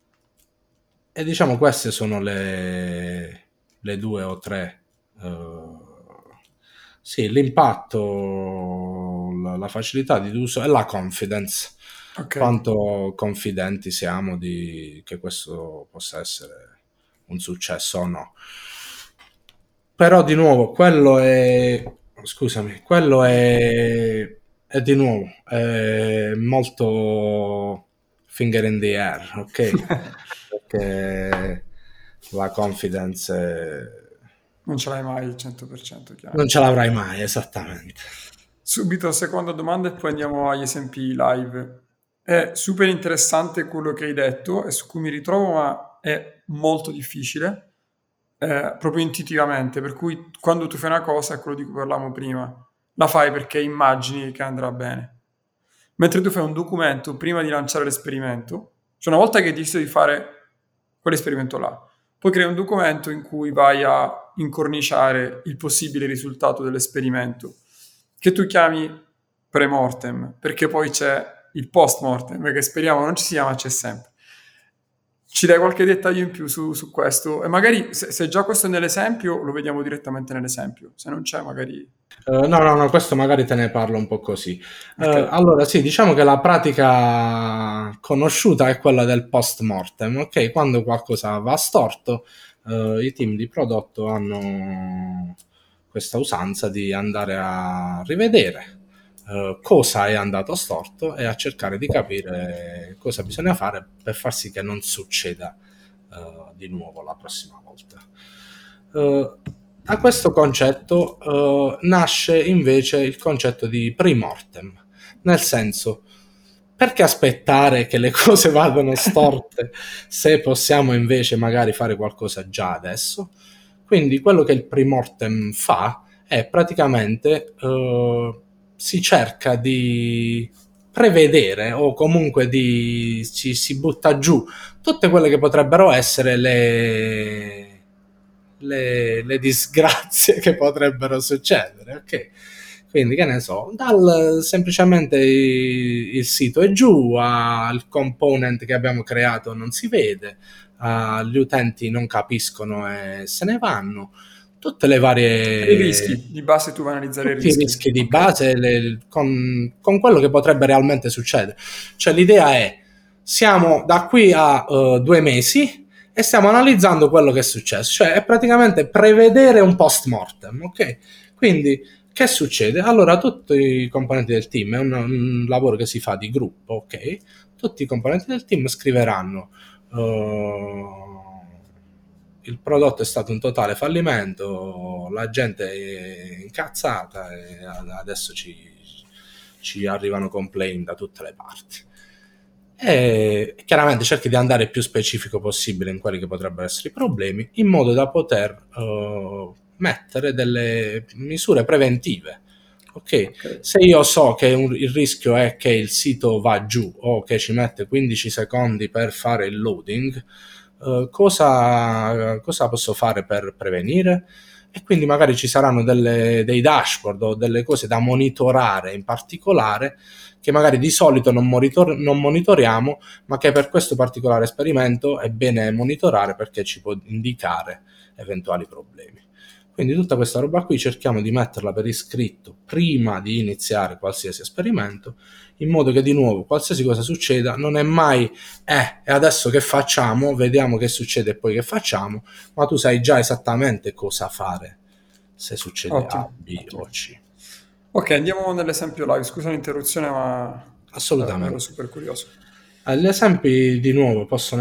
B: e diciamo queste sono le, le due o tre. Uh, sì, l'impatto, la, la facilità di uso e la confidence. Okay. Quanto confidenti siamo di che questo possa essere un successo o no. Però di nuovo, quello è, scusami, quello è, è di nuovo, è molto finger in the air, ok? Perché la confidence è...
A: non ce l'hai mai il cento per cento, chiaro.
B: Non ce l'avrai mai, esattamente.
A: Subito, seconda domanda e poi andiamo agli esempi live. È super interessante quello che hai detto e su cui mi ritrovo, ma è molto difficile, eh, proprio intuitivamente, per cui quando tu fai una cosa, è quello di cui parlavamo prima, la fai perché immagini che andrà bene. Mentre tu fai un documento prima di lanciare l'esperimento, cioè una volta che hai deciso di fare quell'esperimento là, poi crei un documento in cui vai a incorniciare il possibile risultato dell'esperimento, che tu chiami pre-mortem, perché poi c'è il post-mortem, che speriamo non ci sia, ma c'è sempre. Ci dai qualche dettaglio in più su, su questo? E magari se, se già questo è nell'esempio, lo vediamo direttamente nell'esempio. Se non c'è, magari...
B: Uh, no, no, no, questo magari te ne parlo un po' così. Okay. Uh, allora, sì, diciamo che la pratica conosciuta è quella del post-mortem, ok? Quando qualcosa va storto, uh, i team di prodotto hanno questa usanza di andare a rivedere Uh, cosa è andato storto e a cercare di capire cosa bisogna fare per far sì che non succeda uh, di nuovo la prossima volta. Uh, da questo concetto uh, nasce invece il concetto di pre-mortem, nel senso, perché aspettare che le cose vadano storte se possiamo invece magari fare qualcosa già adesso? Quindi quello che il pre-mortem fa è praticamente uh, si cerca di prevedere o comunque di ci si butta giù tutte quelle che potrebbero essere le, le, le disgrazie che potrebbero succedere, ok? Quindi che ne so, dal semplicemente il sito è giù, al component che abbiamo creato non si vede, uh, gli utenti non capiscono e se ne vanno. Tutte le varie...
A: I rischi, di base tu vai a analizzare i rischi.
B: I rischi di okay. base le, con, con quello che potrebbe realmente succedere. Cioè l'idea è, siamo da qui a uh, due mesi e stiamo analizzando quello che è successo. Cioè è praticamente prevedere un post-mortem, ok? Quindi che succede? Allora tutti i componenti del team, è un, un lavoro che si fa di gruppo, ok? Tutti i componenti del team scriveranno... Uh, il prodotto è stato un totale fallimento, la gente è incazzata e adesso ci, ci arrivano complaint da tutte le parti. E chiaramente cerchi di andare il più specifico possibile in quelli che potrebbero essere i problemi, in modo da poter uh, mettere delle misure preventive. Okay. ok, se io so che un, il rischio è che il sito va giù o che ci mette quindici secondi per fare il loading, Uh, cosa, cosa posso fare per prevenire? E quindi magari ci saranno delle, dei dashboard o delle cose da monitorare in particolare che magari di solito non, monitor- non monitoriamo, ma che per questo particolare esperimento è bene monitorare perché ci può indicare eventuali problemi. Quindi tutta questa roba qui cerchiamo di metterla per iscritto prima di iniziare qualsiasi esperimento, in modo che di nuovo qualsiasi cosa succeda non è mai eh, e adesso che facciamo, vediamo che succede e poi che facciamo, ma tu sai già esattamente cosa fare se succede
A: Ottimo,
B: A, B
A: ottimo.
B: o C.
A: Ok, andiamo nell'esempio live. Scusa l'interruzione, ma
B: Assolutamente.
A: ero super curioso.
B: Gli esempi, di nuovo, possono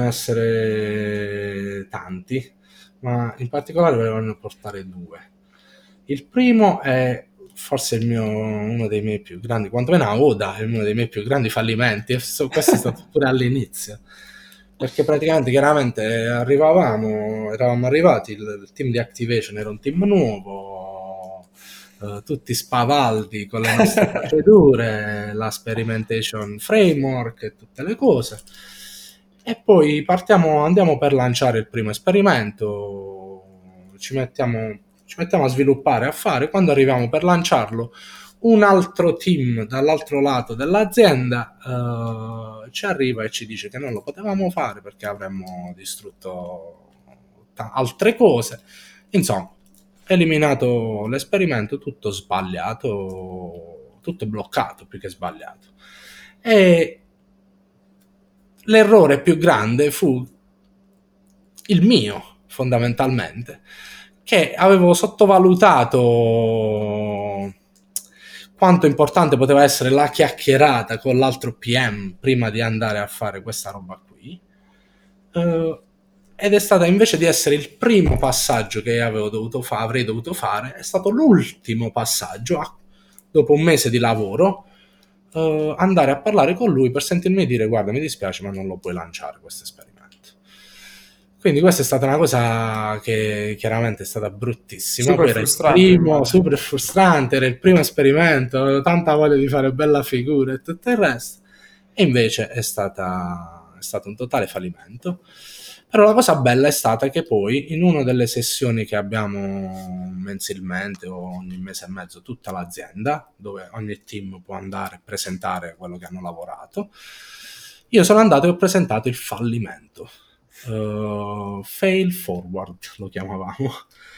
B: essere tanti, ma in particolare ve ne portare due. Il primo è forse il mio, uno dei miei più grandi, quantomeno a Oda è uno dei miei più grandi fallimenti, e so, questo è stato pure all'inizio, perché praticamente chiaramente arrivavamo, eravamo arrivati, il, il team di Activation era un team nuovo, eh, tutti spavaldi con le nostre procedure, la experimentation framework e tutte le cose, e poi partiamo, andiamo per lanciare il primo esperimento, ci mettiamo ci mettiamo a sviluppare, a fare, quando arriviamo per lanciarlo, un altro team dall'altro lato dell'azienda uh, ci arriva e ci dice che non lo potevamo fare perché avremmo distrutto t- altre cose. Insomma, eliminato l'esperimento, tutto sbagliato, tutto bloccato più che sbagliato. E l'errore più grande fu il mio, fondamentalmente, che avevo sottovalutato quanto importante poteva essere la chiacchierata con l'altro P M prima di andare a fare questa roba qui, uh, ed è stata, invece di essere il primo passaggio che avevo dovuto fa- avrei dovuto fare, è stato l'ultimo passaggio, dopo un mese di lavoro, uh, andare a parlare con lui per sentirmi dire: guarda, mi dispiace ma non lo puoi lanciare questo esperimento. Quindi questa è stata una cosa che chiaramente è stata bruttissima.
A: Super
B: Poi era il
A: frustrante,
B: primo,
A: immagino.
B: super frustrante, era il primo esperimento, avevo tanta voglia di fare bella figura e tutto il resto. E invece è stata è stato un totale fallimento. Però la cosa bella è stata che poi in una delle sessioni che abbiamo mensilmente o ogni mese e mezzo tutta l'azienda, dove ogni team può andare a presentare quello che hanno lavorato, io sono andato e ho presentato il fallimento. Uh, fail forward lo chiamavamo,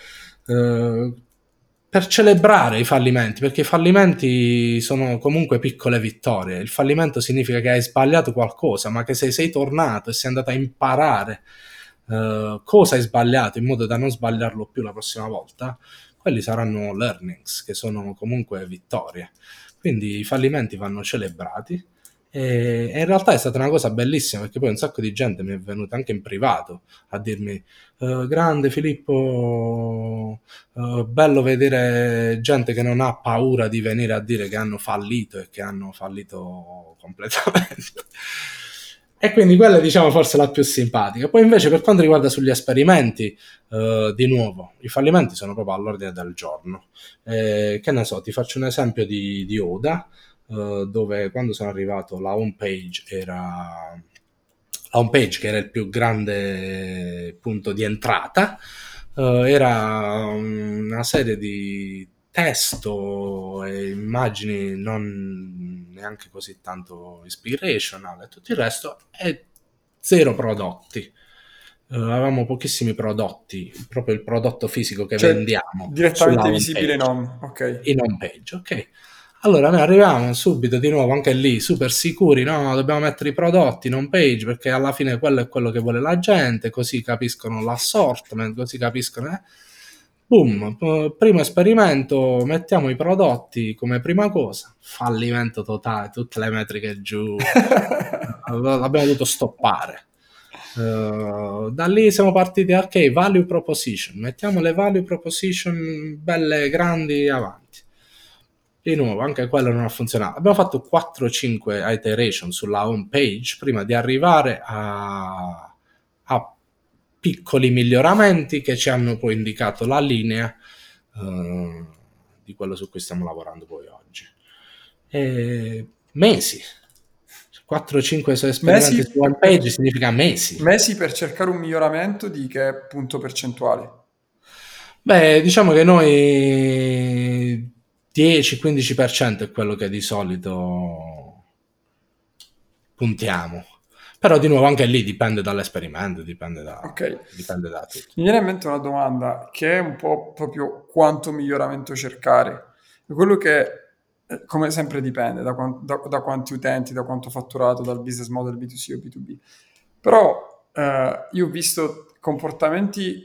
B: uh, per celebrare i fallimenti, perché i fallimenti sono comunque piccole vittorie. Il fallimento significa che hai sbagliato qualcosa, ma che se sei tornato e sei andato a imparare uh, cosa hai sbagliato in modo da non sbagliarlo più la prossima volta, quelli saranno learnings, che sono comunque vittorie. Quindi i fallimenti vanno celebrati. E in realtà è stata una cosa bellissima, perché poi un sacco di gente mi è venuta anche in privato a dirmi: uh, grande Filippo, uh, bello vedere gente che non ha paura di venire a dire che hanno fallito e che hanno fallito completamente. E quindi quella è, diciamo, forse la più simpatica. Poi invece per quanto riguarda sugli esperimenti, uh, di nuovo, i fallimenti sono proprio all'ordine del giorno. Eh, che ne so, ti faccio un esempio di, di Oda, Uh, dove quando sono arrivato la home page era la home page che era il più grande punto di entrata, uh, era una serie di testo e immagini non neanche così tanto inspirational e tutto il resto, e zero prodotti. Uh, avevamo pochissimi prodotti, proprio il prodotto fisico che
A: Cioè,
B: vendiamo sulla
A: direttamente
B: home
A: visibile in
B: page,
A: home, ok.
B: in home page, ok. Allora noi arriviamo subito di nuovo anche lì super sicuri: no, dobbiamo mettere i prodotti in home page perché alla fine quello è quello che vuole la gente, così capiscono l'assortment, così capiscono eh. Boom, primo esperimento, mettiamo i prodotti come prima cosa, fallimento totale, tutte le metriche giù, l'abbiamo dovuto stoppare. Uh, da lì siamo partiti, ok, value proposition, mettiamo le value proposition belle grandi avanti. Di nuovo anche quello non ha funzionato. Abbiamo fatto quattro cinque iteration sulla home page prima di arrivare a, a piccoli miglioramenti che ci hanno poi indicato la linea uh, di quello su cui stiamo lavorando poi oggi. E mesi, quattro cinque esperimenti
A: Mesi
B: su home
A: per,
B: page significa mesi.
A: mesi per cercare un miglioramento di che punto percentuale?
B: Beh, diciamo che noi dieci quindici per cento è quello che di solito puntiamo. Però di nuovo anche lì dipende dall'esperimento, dipende da,
A: Ok.
B: dipende da tutto.
A: Mi viene in mente una domanda che è un po' proprio quanto miglioramento cercare. Quello che, eh, come sempre, dipende da, quan- da- da quanti utenti, da quanto fatturato, dal business model B due C o B due B. Però eh, io ho visto comportamenti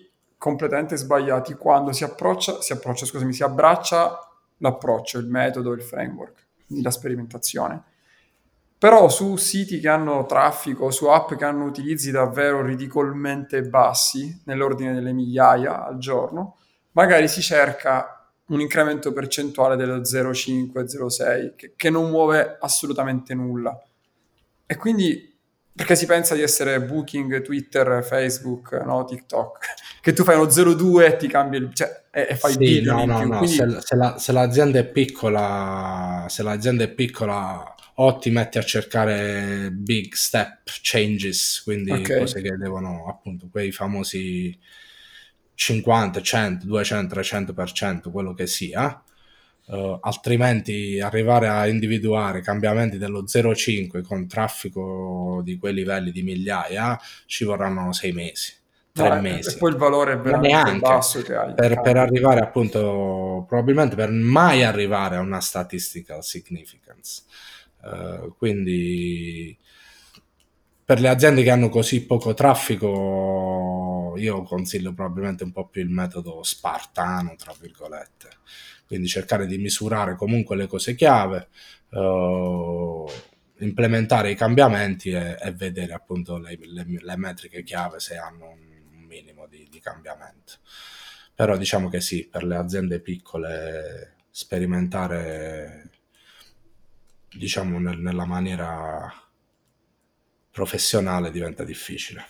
A: completamente sbagliati quando si approccia, si approccia, scusami, si abbraccia l'approccio, il metodo, il framework, quindi la sperimentazione. Però su siti che hanno traffico, su app che hanno utilizzi davvero ridicolmente bassi, nell'ordine delle migliaia al giorno, magari si cerca un incremento percentuale dello zero virgola cinque zero virgola sei, che, che non muove assolutamente nulla. E quindi, perché si pensa di essere Booking, Twitter, Facebook, no, TikTok, che tu fai uno zero virgola due e ti cambia il, cioè, e, e fai
B: Sì,
A: billion
B: no,
A: in
B: no,
A: più.
B: no,
A: Quindi,
B: se, se la- se l'azienda è piccola, se l'azienda è piccola, o ti metti a cercare big step changes, quindi
A: ok,
B: cose che devono, appunto, quei famosi cinquanta, cento, duecento, trecento per cento, quello che sia. Uh, altrimenti arrivare a individuare cambiamenti dello zero virgola cinque con traffico di quei livelli di migliaia ci vorranno sei mesi, tre
A: no, e, e
B: mesi,
A: poi il valore è
B: ma
A: veramente
B: neanche
A: basso che hai,
B: per, per
A: cambia.
B: arrivare, appunto, probabilmente per mai arrivare a una statistical significance. Uh, quindi per le aziende che hanno così poco traffico io consiglio probabilmente un po' più il metodo spartano, tra virgolette, quindi cercare di misurare comunque le cose chiave, uh, implementare i cambiamenti e, e vedere appunto le, le, le metriche chiave se hanno un minimo di, di cambiamento. Però diciamo che sì, per le aziende piccole sperimentare, diciamo, nel, nella maniera professionale diventa difficile.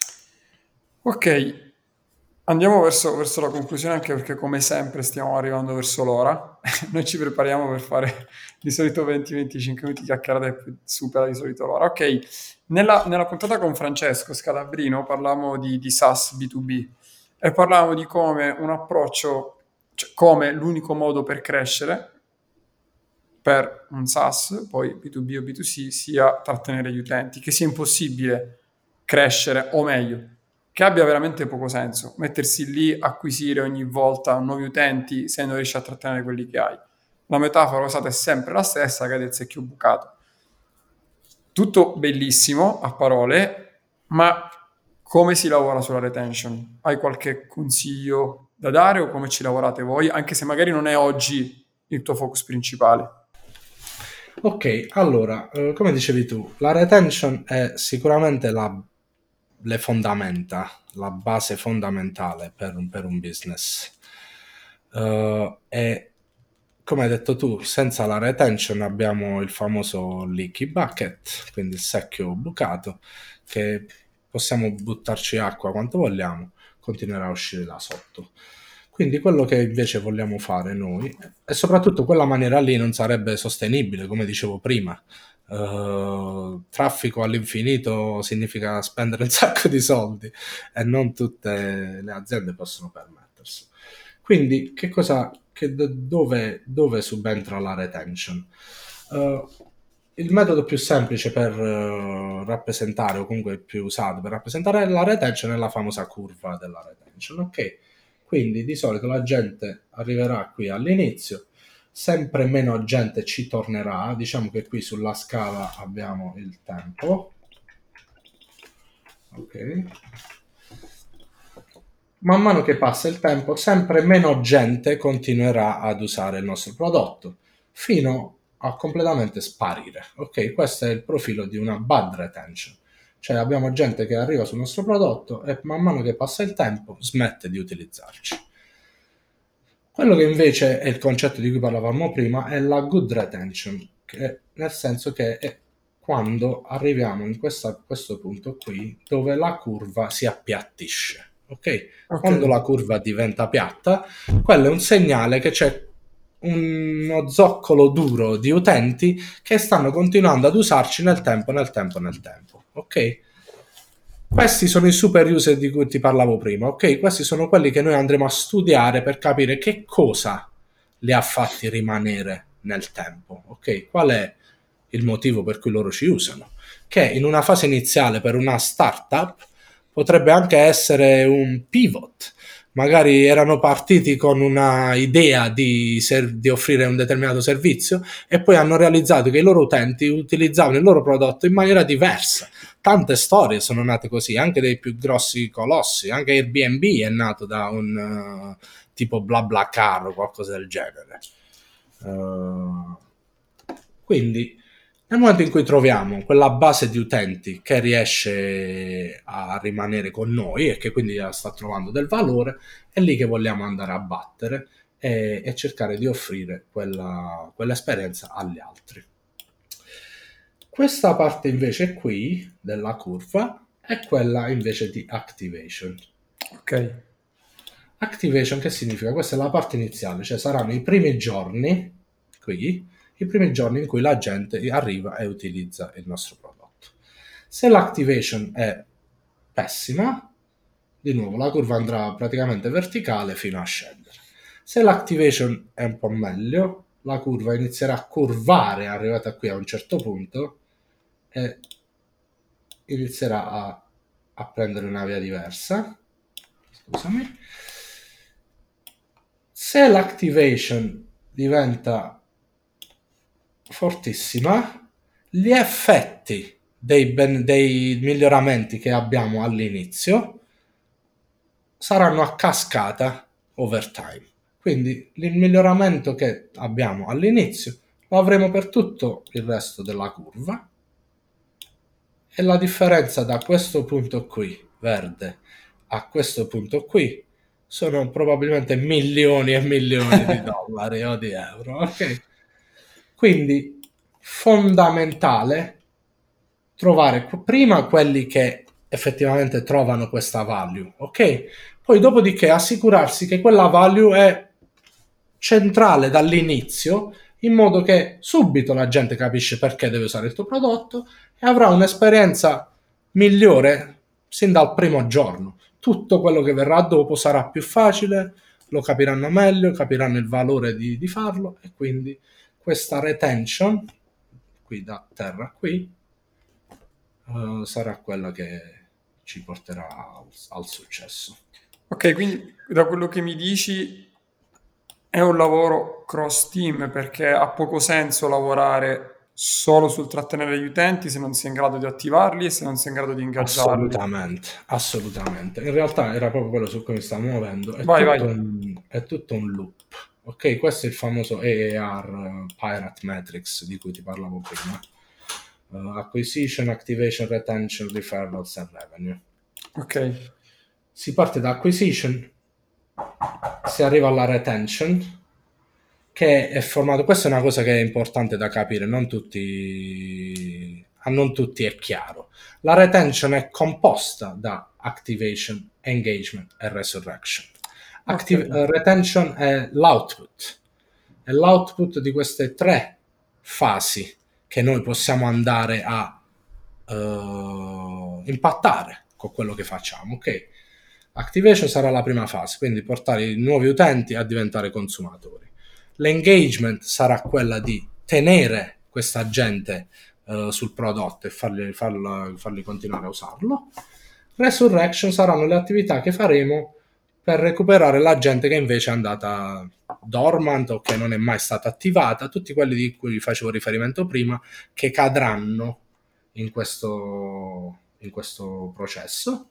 A: Ok, andiamo verso, verso la conclusione, anche perché come sempre stiamo arrivando verso l'ora. Noi ci prepariamo per fare di solito venti venticinque minuti di chiacchierata e poi supera di solito l'ora. Ok, nella, nella puntata con Francesco Scalabrino parlavamo di, di SaaS B due B e parlavamo di come un approccio, cioè come l'unico modo per crescere per un SaaS, poi B due B o B due C, sia trattenere gli utenti, che sia impossibile crescere, o meglio, che abbia veramente poco senso mettersi lì, acquisire ogni volta nuovi utenti se non riesci a trattenere quelli che hai. La metafora usata è sempre la stessa, che è del secchio bucato. Tutto bellissimo a parole, ma come si lavora sulla retention? Hai qualche consiglio da dare o come ci lavorate voi, anche se magari non è oggi il tuo focus principale?
B: Ok, allora, eh, come dicevi tu, la retention è sicuramente la, le fondamenta, la base fondamentale per, un- per un business. Eh, e come hai detto tu, senza la retention abbiamo il famoso leaky bucket, quindi il secchio bucato, che possiamo buttarci acqua quanto vogliamo, continuerà a uscire da sotto. Quindi quello che invece vogliamo fare noi, e soprattutto quella maniera lì non sarebbe sostenibile, come dicevo prima. Uh, traffico all'infinito significa spendere un sacco di soldi e non tutte le aziende possono permettersi. Quindi che cosa, che dove, dove subentra la retention? Uh, il metodo più semplice per uh, rappresentare, o comunque il più usato per rappresentare la retention, è la famosa curva della retention. Ok, quindi di solito la gente arriverà qui all'inizio, sempre meno gente ci tornerà. Diciamo che qui sulla scala abbiamo il tempo. Ok. Man mano che passa il tempo, sempre meno gente continuerà ad usare il nostro prodotto, fino a completamente sparire. Ok, questo è il profilo di una bad retention. Cioè abbiamo gente che arriva sul nostro prodotto e man mano che passa il tempo smette di utilizzarci. Quello che invece è il concetto di cui parlavamo prima è la good retention, che nel senso che è quando arriviamo in questa, questo punto qui dove la curva si appiattisce. Ok?
A: Ok,
B: Quando la curva diventa piatta, quello è un segnale che c'è uno zoccolo duro di utenti che stanno continuando ad usarci nel tempo, nel tempo, nel tempo. Ok? Questi sono i super user di cui ti parlavo prima, ok? Questi sono quelli che noi andremo a studiare per capire che cosa li ha fatti rimanere nel tempo, ok? Qual è il motivo per cui loro ci usano? Che in una fase iniziale per una startup potrebbe anche essere un pivot, magari erano partiti con una idea di, ser- di offrire un determinato servizio e poi hanno realizzato che i loro utenti utilizzavano il loro prodotto in maniera diversa. Tante storie sono nate così, anche dei più grossi colossi, anche Airbnb è nato da un uh, tipo BlaBlaCar o qualcosa del genere. Uh, quindi nel momento in cui troviamo quella base di utenti che riesce a rimanere con noi e che quindi sta trovando del valore, è lì che vogliamo andare a battere e, e cercare di offrire quella, quell'esperienza agli altri. Questa parte invece qui della curva è quella invece di activation.
A: Ok.
B: Activation che significa? Questa è la parte iniziale, cioè saranno i primi giorni qui, i primi giorni in cui la gente arriva e utilizza il nostro prodotto. Se l'activation è pessima, di nuovo la curva andrà praticamente verticale fino a scendere. Se l'activation è un po' meglio, la curva inizierà a curvare arrivata qui a un certo punto e inizierà a, a prendere una via diversa. Scusami. Se l'activation diventa fortissima, gli effetti dei, ben, dei miglioramenti che abbiamo all'inizio saranno a cascata over time. Quindi il miglioramento che abbiamo all'inizio lo avremo per tutto il resto della curva e la differenza da questo punto qui, verde, a questo punto qui sono probabilmente milioni e milioni di dollari o di euro, ok? Quindi fondamentale trovare prima quelli che effettivamente trovano questa value, ok? Poi dopodiché assicurarsi che quella value è centrale dall'inizio, in modo che subito la gente capisce perché deve usare il tuo prodotto e avrà un'esperienza migliore sin dal primo giorno. Tutto quello che verrà dopo sarà più facile, lo capiranno meglio, capiranno il valore di, di farlo e quindi questa retention qui da terra qui uh, sarà quella che ci porterà al, al successo.
A: Ok, quindi da quello che mi dici è un lavoro cross team, perché ha poco senso lavorare solo sul trattenere gli utenti se non si è in grado di attivarli e se non si è in grado di ingaggiarli.
B: Assolutamente, assolutamente. In realtà era proprio quello su cui mi stavo muovendo. È,
A: Vai,
B: tutto
A: vai.
B: un, è tutto un loop. Ok, questo è il famoso A A R, uh, Pirate Matrix, di cui ti parlavo prima. Uh, acquisition, Activation, Retention, Referrals and Revenue.
A: Ok.
B: Si parte da Acquisition, si arriva alla Retention, che è formato... Questa è una cosa che è importante da capire, non tutti... a non tutti è chiaro. La retention è composta da activation, engagement e resurrection. Activ-
A: Okay.
B: Retention è l'output, è l'output di queste tre fasi che noi possiamo andare a uh, impattare con quello che facciamo, ok? Activation sarà la prima fase, quindi portare i nuovi utenti a diventare consumatori. L'engagement sarà quella di tenere questa gente uh, sul prodotto e farli, farla, farli continuare a usarlo. Resurrection saranno le attività che faremo per recuperare la gente che invece è andata dormant o che non è mai stata attivata, tutti quelli di cui facevo riferimento prima, che cadranno in questo, in questo processo.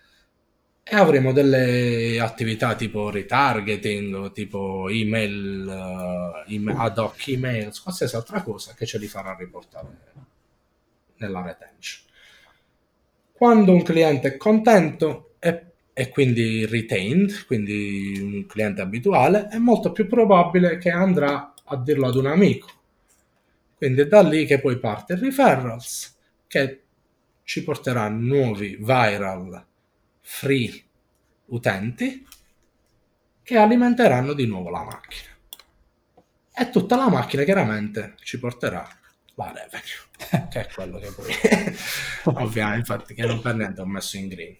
B: E avremo delle attività tipo retargeting o tipo email, uh, email ad hoc emails, qualsiasi altra cosa che ce li farà riportare nella retention. Quando un cliente è contento e, e quindi retained, quindi un cliente abituale, è molto più probabile che andrà a dirlo ad un amico. Quindi è da lì che poi parte il referrals, che ci porterà nuovi viral free utenti che alimenteranno di nuovo la macchina. E tutta la macchina chiaramente ci porterà la revenue, che è quello che poi ovviamente, infatti, che non per niente ho messo in green.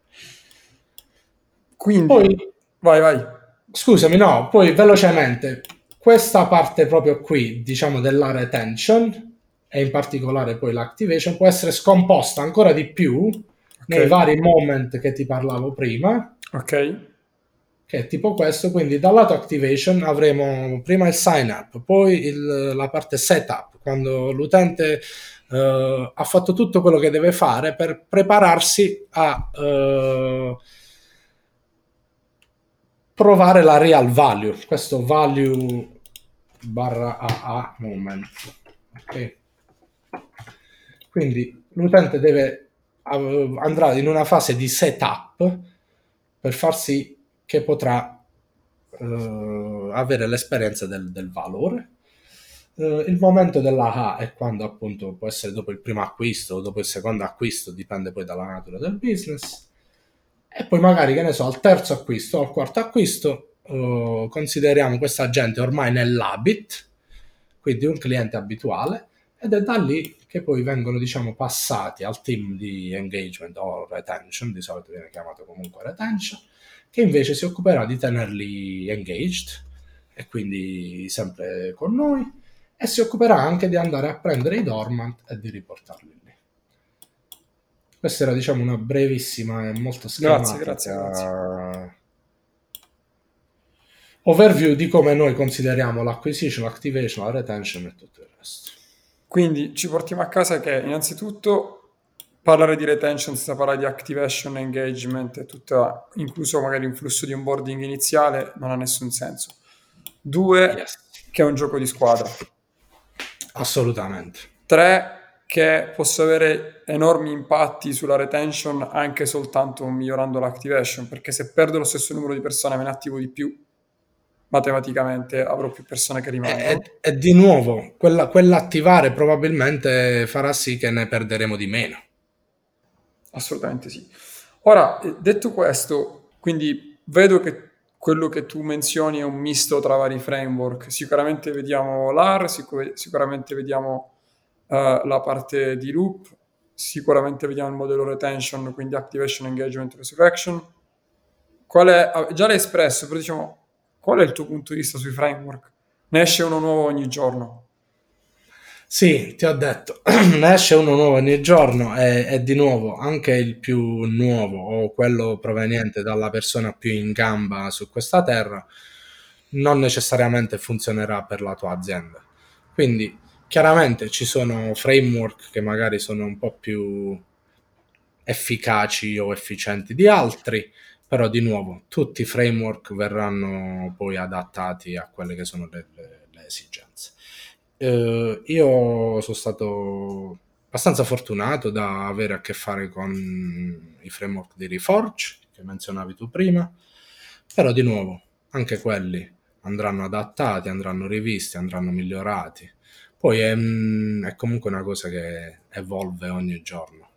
A: Quindi,
B: poi,
A: vai, vai.
B: Scusami, no, poi velocemente, questa parte proprio qui, diciamo della retention, e in particolare poi l'activation, può essere scomposta ancora di più okay. nei vari moment che ti parlavo prima.
A: Ok.
B: che è tipo questo. Quindi dal lato activation avremo prima il sign up, poi il, la parte setup, quando l'utente uh, ha fatto tutto quello che deve fare per prepararsi a uh, provare la real value, questo value barra A A moment. Okay. Quindi l'utente deve uh, andrà in una fase di setup per far sì che potrà uh, avere l'esperienza del, del valore. Uh, il momento della A è quando appunto può essere dopo il primo acquisto o dopo il secondo acquisto, dipende poi dalla natura del business. E poi magari, che ne so, al terzo acquisto o al quarto acquisto uh, consideriamo questa gente ormai nell'habit, quindi un cliente abituale, ed è da lì che poi vengono, diciamo, passati al team di engagement o retention, di solito viene chiamato comunque retention, che invece si occuperà di tenerli engaged e quindi sempre con noi, e si occuperà anche di andare a prendere i dormant e di riportarli lì. Questa era, diciamo, una brevissima e molto schematica
A: Grazie, grazie, grazie.
B: overview di come noi consideriamo l'acquisition, l'activation, la retention e tutto il resto.
A: Quindi ci portiamo a casa che innanzitutto parlare di retention senza parlare di activation, engagement e tutto, incluso magari un flusso di onboarding iniziale, non ha nessun senso. Due, yes. Che è un gioco di squadra.
B: Assolutamente.
A: Tre, che possa avere enormi impatti sulla retention anche soltanto migliorando l'activation, perché se perdo lo stesso numero di persone me ne attivo di più, matematicamente avrò più persone che rimangono.
B: E, e, e di nuovo, quella, quell'attivare probabilmente farà sì che ne perderemo di meno.
A: Assolutamente sì. Ora, detto questo, quindi vedo che quello che tu menzioni è un misto tra vari framework. Sicuramente vediamo l'A R, sicur- sicuramente vediamo uh, la parte di loop, sicuramente vediamo il modello retention, quindi activation, engagement, resurrection. Qual è, già l'hai espresso, però diciamo, qual è il tuo punto di vista sui framework? Ne esce uno nuovo ogni giorno.
B: Sì, ti ho detto, ne esce uno nuovo ogni giorno e, e di nuovo anche il più nuovo o quello proveniente dalla persona più in gamba su questa terra non necessariamente funzionerà per la tua azienda. Quindi chiaramente ci sono framework che magari sono un po' più efficaci o efficienti di altri, però di nuovo tutti i framework verranno poi adattati a quelle che sono le, le, le esigenze. Uh, io sono stato abbastanza fortunato da avere a che fare con i framework di Reforge che menzionavi tu prima, però di nuovo anche quelli andranno adattati, andranno rivisti, andranno migliorati. Poi è, è comunque una cosa che evolve ogni giorno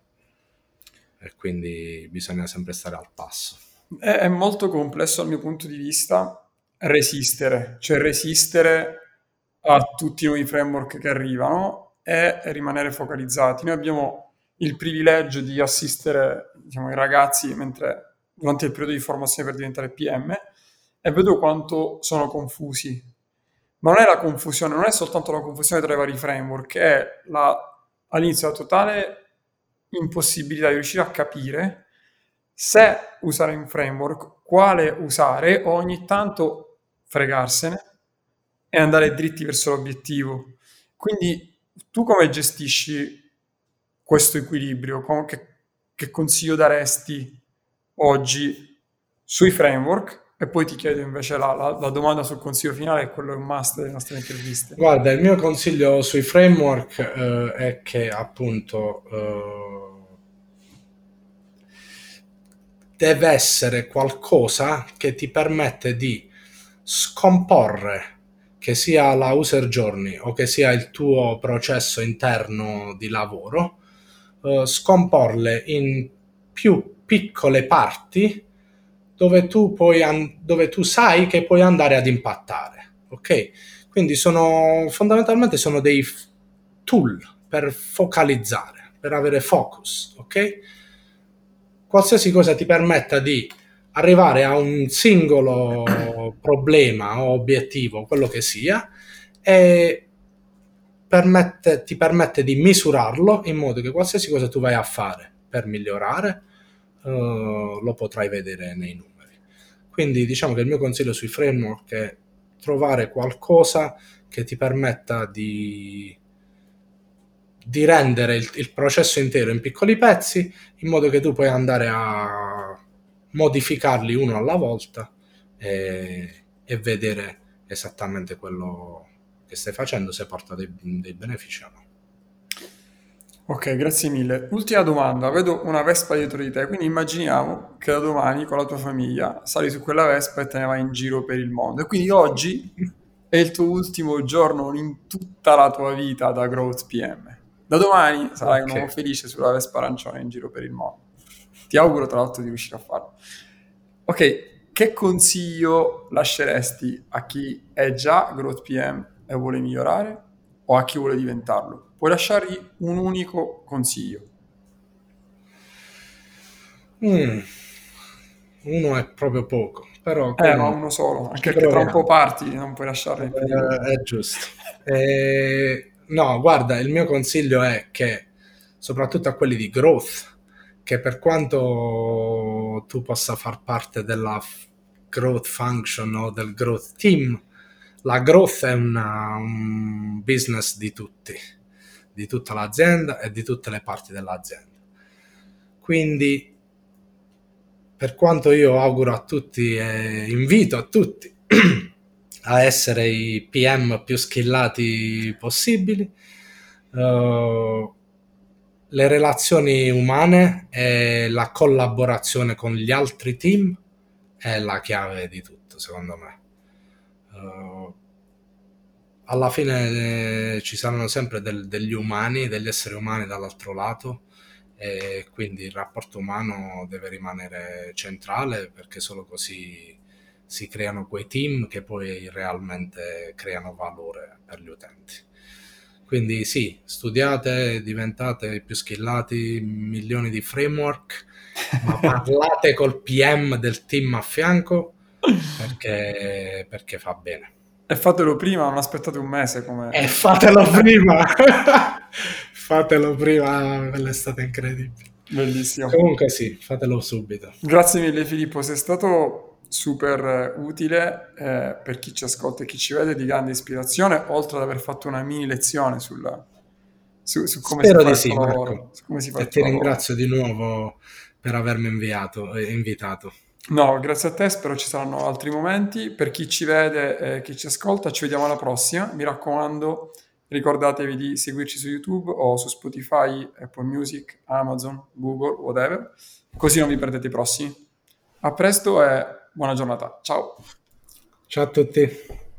B: e quindi bisogna sempre stare al passo.
A: È, è molto complesso dal mio punto di vista resistere, cioè resistere a tutti i nuovi framework che arrivano e rimanere focalizzati. Noi abbiamo il privilegio di assistere, diciamo, i ragazzi mentre, durante il periodo di formazione per diventare P M, e vedo quanto sono confusi. Ma non è la confusione, non è soltanto la confusione tra i vari framework, è la, all'inizio la totale impossibilità di riuscire a capire se usare un framework, quale usare, o ogni tanto fregarsene e andare dritti verso l'obiettivo. Quindi tu come gestisci questo equilibrio? Che, che consiglio daresti oggi sui framework? E poi ti chiedo invece la, la, la domanda sul consiglio finale, che quello è un must delle nostre interviste.
B: Guarda, il mio consiglio sui framework eh, è che appunto eh, deve essere qualcosa che ti permette di scomporre, che sia la user journey o che sia il tuo processo interno di lavoro, eh, scomporle in più piccole parti dove tu puoi an- dove tu sai che puoi andare ad impattare, ok? Quindi sono fondamentalmente sono dei f- tool per focalizzare, per avere focus, ok? Qualsiasi cosa ti permetta di arrivare a un singolo problema o obiettivo, quello che sia, e permette, ti permette di misurarlo in modo che qualsiasi cosa tu vai a fare per migliorare uh, lo potrai vedere nei numeri. Quindi diciamo che il mio consiglio sui framework è trovare qualcosa che ti permetta di, di rendere il, il processo intero in piccoli pezzi, in modo che tu puoi andare a modificarli uno alla volta e, e vedere esattamente quello che stai facendo, se porta dei, dei benefici o no.
A: Ok, grazie mille. Ultima domanda, vedo una Vespa dietro di te, quindi immaginiamo che da domani con la tua famiglia sali su quella Vespa e te ne vai in giro per il mondo. E quindi oggi è il tuo ultimo giorno in tutta la tua vita da Growth P M. Da domani sarai un
B: Ok.
A: uomo felice sulla Vespa arancione in giro per il mondo. Ti auguro tra l'altro di riuscire a farlo. Ok, che consiglio lasceresti a chi è già Growth P M e vuole migliorare o a chi vuole diventarlo? Puoi lasciargli un unico consiglio.
B: Mm, uno è proprio poco, però
A: Eh, ma
B: comunque
A: uno solo,
B: ci
A: anche perché tra un po'
B: proviamo.
A: parti, non puoi lasciarne più di uno.
B: Eh, è giusto. Eh, no, guarda, il mio consiglio è che, soprattutto a quelli di growth, che per quanto tu possa far parte della f- growth function o del growth team, la growth è una- un business di tutti, di tutta l'azienda e di tutte le parti dell'azienda. Quindi, per quanto io auguro a tutti e invito a tutti a essere i P M più skillati possibili, eh, le relazioni umane e la collaborazione con gli altri team è la chiave di tutto, secondo me. Eh, alla fine eh, ci saranno sempre del- degli umani, degli esseri umani dall'altro lato, e quindi il rapporto umano deve rimanere centrale, perché solo così si creano quei team che poi realmente creano valore per gli utenti. Quindi sì, studiate, diventate più skillati, milioni di framework, ma parlate col P M del team a fianco, perché, perché fa bene.
A: E fatelo prima, non aspettate un mese
B: E
A: come...
B: fatelo prima, fatelo prima, è stata incredibile.
A: Bellissimo.
B: Comunque sì, fatelo subito.
A: Grazie mille Filippo, sei stato super eh, utile eh, per chi ci ascolta e chi ci vede, di grande ispirazione, oltre ad aver fatto una mini lezione sul- su, su come si
B: Spero
A: fa
B: di
A: il tuo
B: sì,
A: lavoro.
B: Marco.
A: Su come si fa il
B: E
A: tuo
B: ti
A: lavoro.
B: ringrazio di nuovo per avermi inviato, eh, invitato.
A: No, grazie a te, spero ci saranno altri momenti. Per chi ci vede e chi ci ascolta, ci vediamo alla prossima. Mi raccomando, ricordatevi di seguirci su YouTube o su Spotify, Apple Music, Amazon, Google, whatever, così non vi perdete i prossimi. A presto e buona giornata. Ciao.
B: Ciao a tutti.